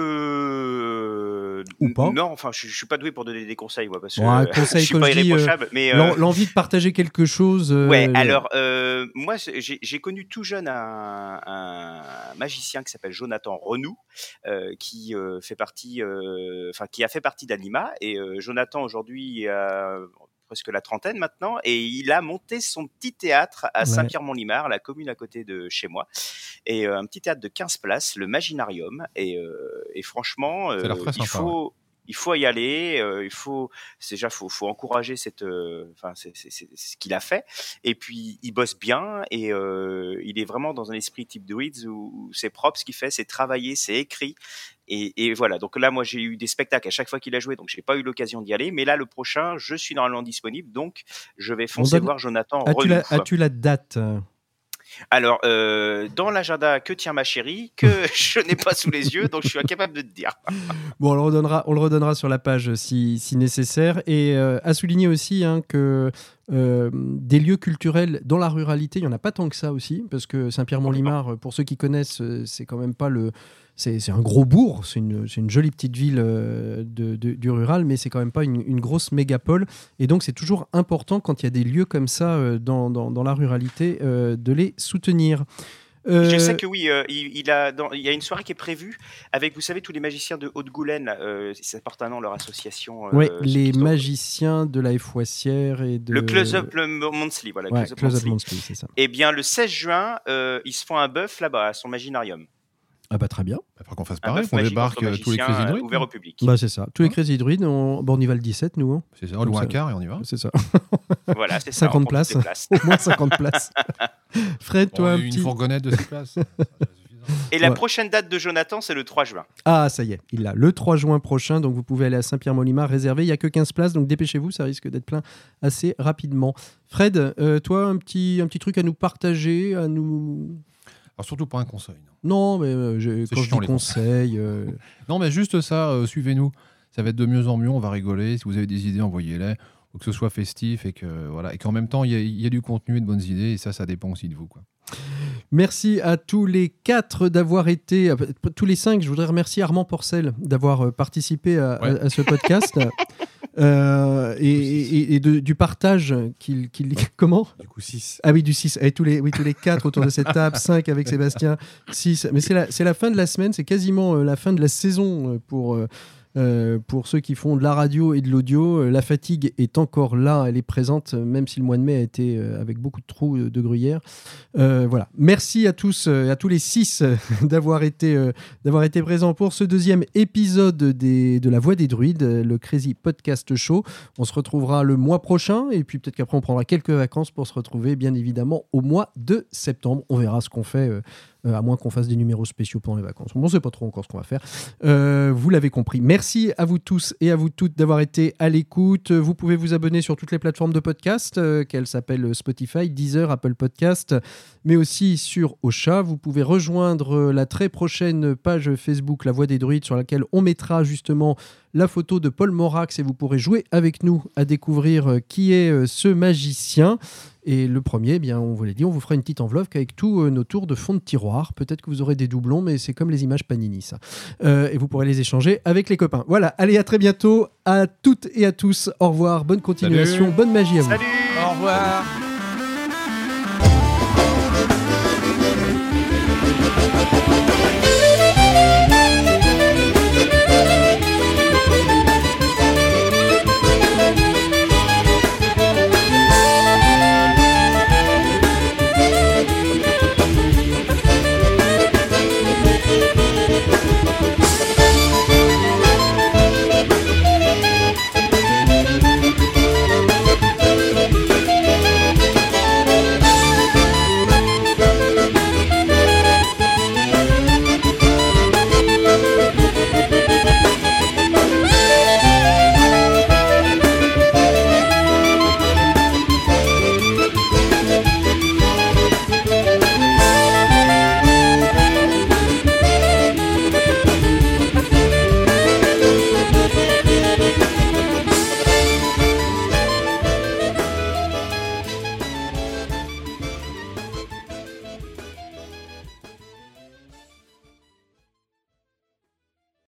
euh... Ou pas. Non, enfin je, je suis pas doué pour donner des conseils moi parce que Ouais, un euh, conseil, je suis comme pas je dis, irréprochable. mais euh, L'en- L'envie de partager quelque chose. euh, ouais. le- Alors euh, moi c'est- j'ai j'ai connu tout jeune un, un magicien qui s'appelle Jonathan Renou euh, qui euh, fait partie, euh, enfin qui a fait partie d'Anima et euh, Jonathan aujourd'hui a presque la trentaine maintenant et il a monté son petit théâtre à Ouais. Saint-Pierre-Mont-Limard, la commune à côté de chez moi. Et euh, un petit théâtre de quinze places, le Maginarium. Et, euh, et franchement, Ça a l'air euh, très il sympa, faut, il faut y aller. Euh, il faut, c'est déjà, faut, faut encourager cette, euh, enfin, c'est, c'est, c'est ce qu'il a fait. Et puis, il bosse bien et euh, il est vraiment dans un esprit type Druids où, où c'est propre ce qu'il fait, c'est travailler, c'est écrit. Et, et voilà. Donc là, moi, j'ai eu des spectacles à chaque fois qu'il a joué, donc j'ai pas eu l'occasion d'y aller. Mais là, le prochain, je suis normalement disponible, donc je vais foncer donne- voir Jonathan As-tu Renou. la, as-tu la date Alors, euh, dans l'agenda Que tient ma chérie, que je n'ai pas sous les yeux, donc je suis incapable de te dire. Bon, on le redonnera, on le redonnera sur la page si, si nécessaire. Et euh, à souligner aussi hein, que euh, des lieux culturels dans la ruralité, il n'y en a pas tant que ça aussi, parce que Saint-Pierre-Mont-Limard, pour ceux qui connaissent, euh, c'est quand même pas le... C'est, c'est un gros bourg, c'est une, c'est une jolie petite ville euh, de, de- du rural, mais c'est quand même pas une, une grosse mégapole. Et donc, c'est toujours important, quand il y a des lieux comme ça euh, dans, dans, dans la ruralité, euh, de les soutenir. Euh, Je sais que oui, euh, il, il a dans, il y a une soirée qui est prévue avec, vous savez, tous les magiciens de Haute-Goulaine, là, euh, ça porte un nom, leur association. euh, ouais, ceux les qui sont- magiciens de la Fouassière et de... Le Close-Up le Monthly, voilà. Ouais, Close-Up Close Up Monthly. Monthly, c'est ça. Eh bien, le seize juin, euh, ils se font un bœuf là-bas, à son Maginarium. Ah bah très bien. Il faudra qu'on fasse Un pareil, bœuf qu'on magique débarque entre euh, tous les magiciens, Crazy euh, Druids. ouvert au hein. public. Bah c'est ça. Tous les Hein Crazy Druids, on... bon, on y va le dix-sept, nous. Hein. C'est ça, on loue Comme un ça. quart et on y va. C'est ça. Voilà, c'est ça. cinquante on prend toutes les places. Au moins cinquante places. Fred, Bon, toi, un une petit... fourgonnette de six places. Ça, ça suffisant. Et la Ouais. prochaine date de Jonathan, c'est le trois juin. Ah, ça y est, il l'a. Le trois juin prochain, donc vous pouvez aller à Saint-Pierre-Mont-Limard, réservé. Il n'y a que quinze places, donc dépêchez-vous, ça risque d'être plein assez rapidement. Fred, euh, toi, un petit, un petit truc à nous partager, à nous... Alors surtout pas un conseil. Non, Non, mais euh, j'ai- C'est quand je chiant, dis les conseil... euh, non mais juste ça, euh, suivez-nous. Ça va être de mieux en mieux, on va rigoler. Si vous avez des idées, envoyez-les. Faut que ce soit festif et que voilà et qu'en même temps il y, a- il y a du contenu et de bonnes idées et ça, ça dépend aussi de vous, quoi. Merci à tous les quatre d'avoir été, euh, tous les cinq, je voudrais remercier Armand Porcel d'avoir euh, participé à, Ouais. à- à ce podcast euh, et, et- et de- du partage qu'il... qu'il- comment Du coup, six. Ah oui, du six. Et tous les, oui, tous les quatre autour de cette table, cinq avec Sébastien, six. Mais c'est la, c'est la fin de la semaine, c'est quasiment euh, la fin de la saison euh, pour, euh, euh, pour ceux qui font de la radio et de l'audio. Euh, La fatigue est encore là, elle est présente, euh, même si le mois de mai a été euh, avec beaucoup de trous euh, de gruyère. Euh, voilà. Merci à tous, euh, à tous les six euh, d'avoir été, euh, d'avoir été présents pour ce deuxième épisode des, de La Voix des Druides, euh, le Crazy Podcast Show. On se retrouvera le mois prochain et puis peut-être qu'après on prendra quelques vacances pour se retrouver bien évidemment au mois de septembre. On verra ce qu'on fait, euh, euh, à moins qu'on fasse des numéros spéciaux pendant les vacances. On ne sait pas trop encore ce qu'on va faire. Euh, vous l'avez compris. Merci à vous tous et à vous toutes d'avoir été à l'écoute. Vous pouvez vous abonner sur toutes les plateformes de podcast, euh, qu'elles s'appellent Spotify, Deezer, Apple Podcast, mais aussi sur Ocha. Vous pouvez rejoindre la très prochaine page Facebook La Voix des Druides sur laquelle on mettra justement la photo de Paul Morax et vous pourrez jouer avec nous à découvrir euh, qui est euh, ce magicien. Et le premier, eh bien, on vous l'a dit, on vous fera une petite enveloppe avec tous euh, nos tours de fond de tiroir. Peut-être que vous aurez des doublons, mais c'est comme les images Panini, ça. Euh, et vous pourrez les échanger avec les copains. Voilà, allez, à très bientôt. À toutes et à tous. Au revoir, bonne continuation, Salut. bonne magie à vous. Salut! Au revoir.